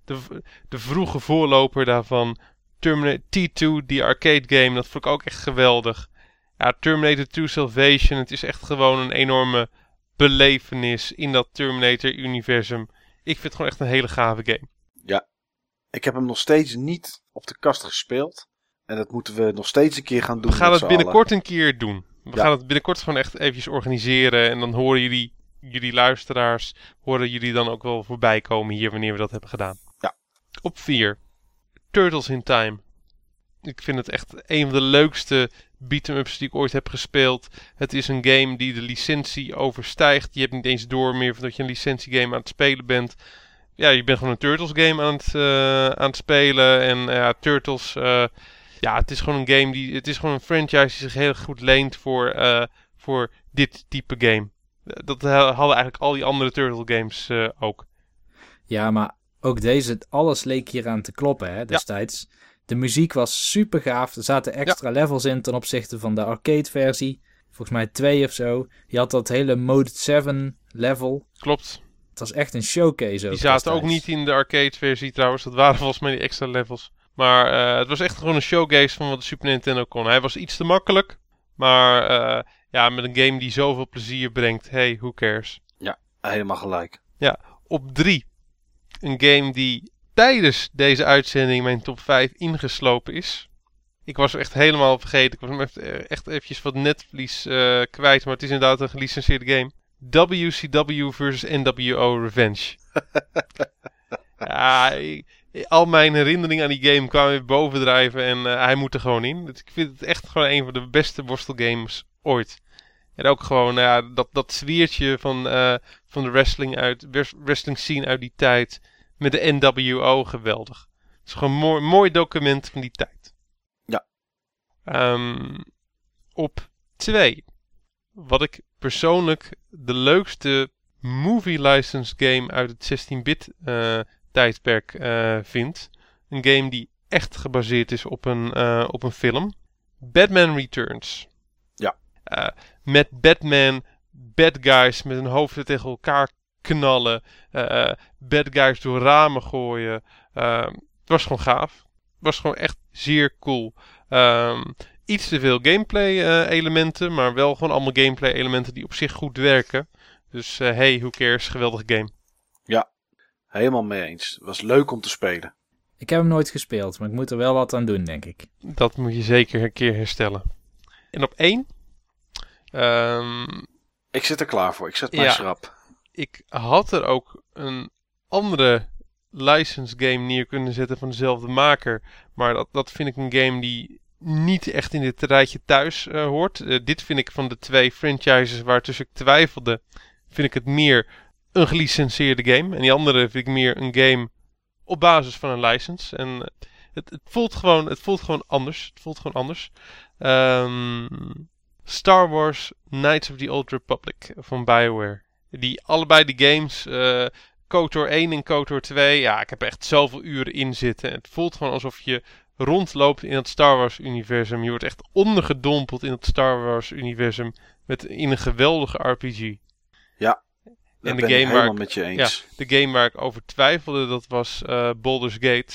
de vroege voorloper daarvan, Terminator T2, die arcade game, dat vond ik ook echt geweldig. Ja, Terminator 2 Salvation, het is echt gewoon een enorme belevenis in dat Terminator-universum. Ik vind het gewoon echt een hele gave game. Ja, ik heb hem nog steeds niet op de kast gespeeld. En dat moeten we nog steeds een keer gaan doen. We gaan het binnenkort een keer doen. We gaan het binnenkort gewoon echt eventjes organiseren. En dan horen jullie luisteraars, horen jullie dan ook wel voorbij komen hier wanneer we dat hebben gedaan. Ja. Op 4. Turtles in Time. Ik vind het echt een van de leukste beat-em-ups die ik ooit heb gespeeld. Het is een game die de licentie overstijgt. Je hebt niet eens door meer dat je een licentiegame aan het spelen bent. Ja, je bent gewoon een Turtles game aan het spelen. En Turtles... het is gewoon een game het is gewoon een franchise die zich heel goed leent voor dit type game. Dat hadden eigenlijk al die andere Turtle games ook. Ja, maar ook deze, alles leek hier aan te kloppen hè, destijds. Ja. De muziek was super gaaf. Er zaten extra levels in ten opzichte van de arcade versie. Volgens mij 2 of zo. Je had dat hele Mode 7 level. Klopt. Het was echt een showcase ook. Die zaten ook niet in de arcade versie trouwens. Dat waren volgens mij die extra levels. Maar het was echt gewoon een showcase van wat de Super Nintendo kon. Hij was iets te makkelijk. Maar met een game die zoveel plezier brengt. Hey, who cares? Ja, helemaal gelijk. Ja, op 3. Een game die tijdens deze uitzending mijn top 5 ingeslopen is. Ik was echt helemaal vergeten. Ik was echt eventjes wat netvlies kwijt. Maar het is inderdaad een gelicenseerde game. WCW vs NWO Revenge. Ja, al mijn herinneringen aan die game kwamen weer bovendrijven. En hij moet er gewoon in. Ik vind het echt gewoon een van de beste worstelgames ooit. En ook gewoon dat zwiertje van de wrestling scene uit die tijd. Met de NWO, geweldig. Het is gewoon een mooi document van die tijd. Ja. Op 2. Wat ik persoonlijk de leukste movie licensed game uit het 16-bit tijdperk vind. Een game die echt gebaseerd is op een film. Batman Returns. Ja. Met Batman, bad guys met hun hoofden tegen elkaar knallen. Bad guys door ramen gooien. Het was gewoon gaaf. Het was gewoon echt zeer cool. Iets te veel gameplay elementen. Maar wel gewoon allemaal gameplay elementen die op zich goed werken. Dus hey, who cares? Geweldige game. Ja, helemaal mee eens. Het was leuk om te spelen. Ik heb hem nooit gespeeld, maar ik moet er wel wat aan doen, denk ik. Dat moet je zeker een keer herstellen. En op 1... ik zit er klaar voor. Ik zet mijn schrap. Ik had er ook een andere licensed game neer kunnen zetten van dezelfde maker. Maar dat vind ik een game die niet echt in dit rijtje thuis hoort. Dit vind ik van de 2 franchises waartussen ik twijfelde, vind ik het meer een gelicenseerde game. En die andere vind ik meer een game op basis van een license. En het voelt gewoon anders. Het voelt gewoon anders. Star Wars Knights of the Old Republic van BioWare. Allebei die games KOTOR 1 en KOTOR 2, ja, ik heb er echt zoveel uren in zitten. Het voelt gewoon alsof je rondloopt in het Star Wars-universum. Je wordt echt ondergedompeld in het Star Wars-universum in een geweldige RPG. Ja, en ben ik helemaal met je eens. Ja, de game waar ik over twijfelde, dat was Baldur's Gate.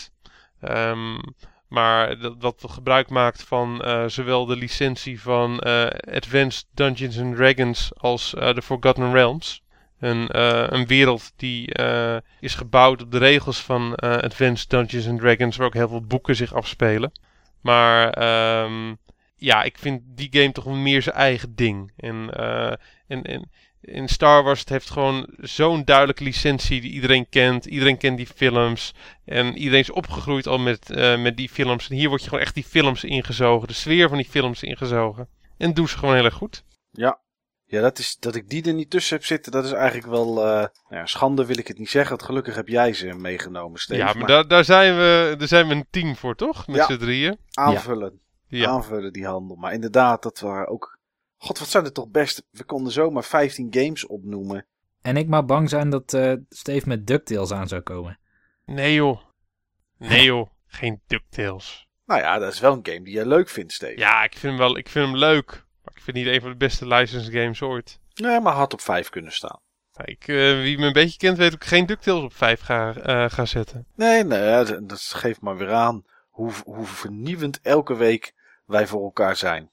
Maar dat gebruik maakt van zowel de licentie van Advanced Dungeons and Dragons als The Forgotten Realms. Een wereld die is gebouwd op de regels van Advanced Dungeons and Dragons, waar ook heel veel boeken zich afspelen. Maar ja, ik vind die game toch meer zijn eigen ding. En in Star Wars, het heeft gewoon zo'n duidelijke licentie die iedereen kent. Iedereen kent die films. En iedereen is opgegroeid al met die films. En hier word je gewoon echt die films ingezogen. De sfeer van die films ingezogen. En doen ze gewoon heel erg goed. Ja, dat ik die er niet tussen heb zitten, dat is eigenlijk wel... schande wil ik het niet zeggen. Want gelukkig heb jij ze meegenomen, Steve. Ja, maar daar zijn we een team voor, toch? Met z'n drieën. Aanvullen. Ja. Aanvullen die handel. Maar inderdaad, dat waren ook... God, wat zijn er toch best... We konden zomaar 15 games opnoemen. En ik maar bang zijn dat Steve met DuckTales aan zou komen. Nee joh. Geen DuckTales. Nou ja, dat is wel een game die jij leuk vindt, Steve. Ja, ik vind hem leuk. Maar ik vind het niet een van de beste licensed games ooit. Nee, maar had op 5 kunnen staan. Wie me een beetje kent, weet dat ik geen DuckTales op 5 ga zetten. Nee, dat geeft maar weer aan hoe vernieuwend elke week wij voor elkaar zijn.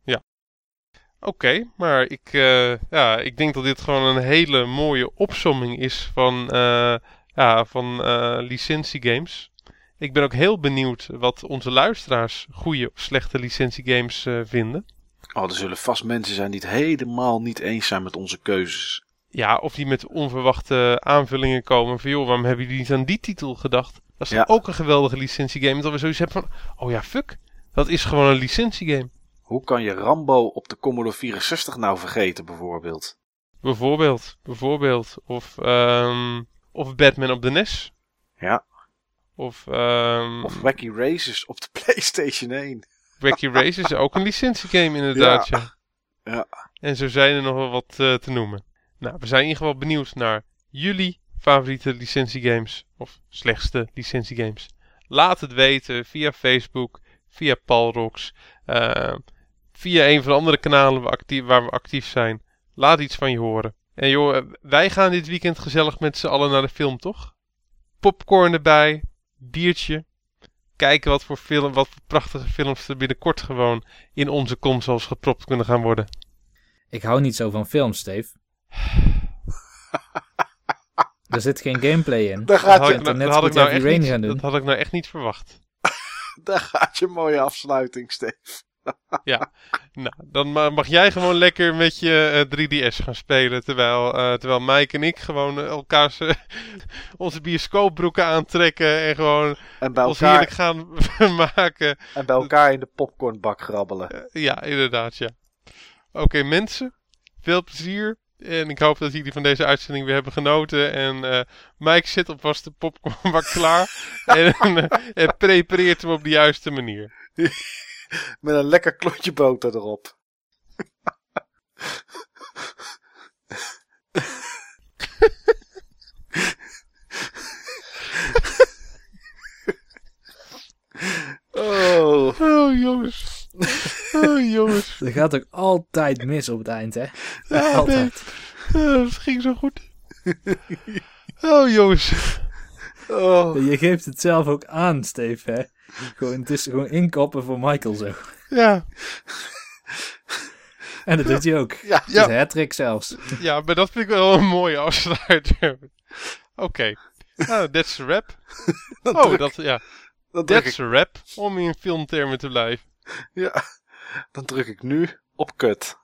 Oké, maar ik denk dat dit gewoon een hele mooie opsomming is van licentiegames. Ik ben ook heel benieuwd wat onze luisteraars goede of slechte licentiegames vinden. Oh, er zullen vast mensen zijn die het helemaal niet eens zijn met onze keuzes. Ja, of die met onverwachte aanvullingen komen van joh, waarom hebben jullie niet aan die titel gedacht? Dat is ook een geweldige licentiegame. Dat we zoiets hebben van, oh ja, fuck, dat is gewoon een licentiegame. Hoe kan je Rambo op de Commodore 64 nou vergeten, bijvoorbeeld? Bijvoorbeeld. Of Batman op de NES. Ja. Of Wacky Races op de PlayStation 1. Wacky Races is ook een licentiegame inderdaad, ja. En zo zijn er nog wel wat te noemen. Nou, we zijn in ieder geval benieuwd naar jullie favoriete licentiegames. Of slechtste licentiegames. Laat het weten via Facebook, via Palrox, via een van de andere kanalen waar we actief zijn. Laat iets van je horen. En joh, wij gaan dit weekend gezellig met z'n allen naar de film, toch? Popcorn erbij, biertje. Kijken wat voor prachtige films er binnenkort gewoon in onze consoles gepropt kunnen gaan worden. Ik hou niet zo van films, Steve. Er zit geen gameplay in. Dat had ik nou echt niet verwacht. Daar gaat je mooie afsluiting, Steve. Ja, nou, dan mag jij gewoon lekker met je 3DS gaan spelen. Terwijl Mike en ik gewoon onze bioscoopbroeken aantrekken. En gewoon ons heerlijk gaan maken. En bij elkaar in de popcornbak grabbelen. Ja, inderdaad, ja. Oké, mensen. Veel plezier. En ik hoop dat jullie van deze uitzending weer hebben genoten. En Mike zit alvast de popcornbak klaar. en prepareert hem op de juiste manier. Met een lekker klontje boter erop. Oh, jongens. Oh, jongens. Dat gaat ook altijd mis op het eind, hè? Ja, altijd. Nee. Dat ging zo goed. Oh, jongens. Oh. Je geeft het zelf ook aan, Steve, hè? Het is gewoon inkoppen voor Michael zo. Ja. En dat doet hij ook. Ja. Het is een hat-trick zelfs. Ja, maar dat vind ik wel een mooie afsluiter. Oké. Nou, that's a wrap. That's a wrap, om in filmtermen te blijven. Ja, dan druk ik nu op kut.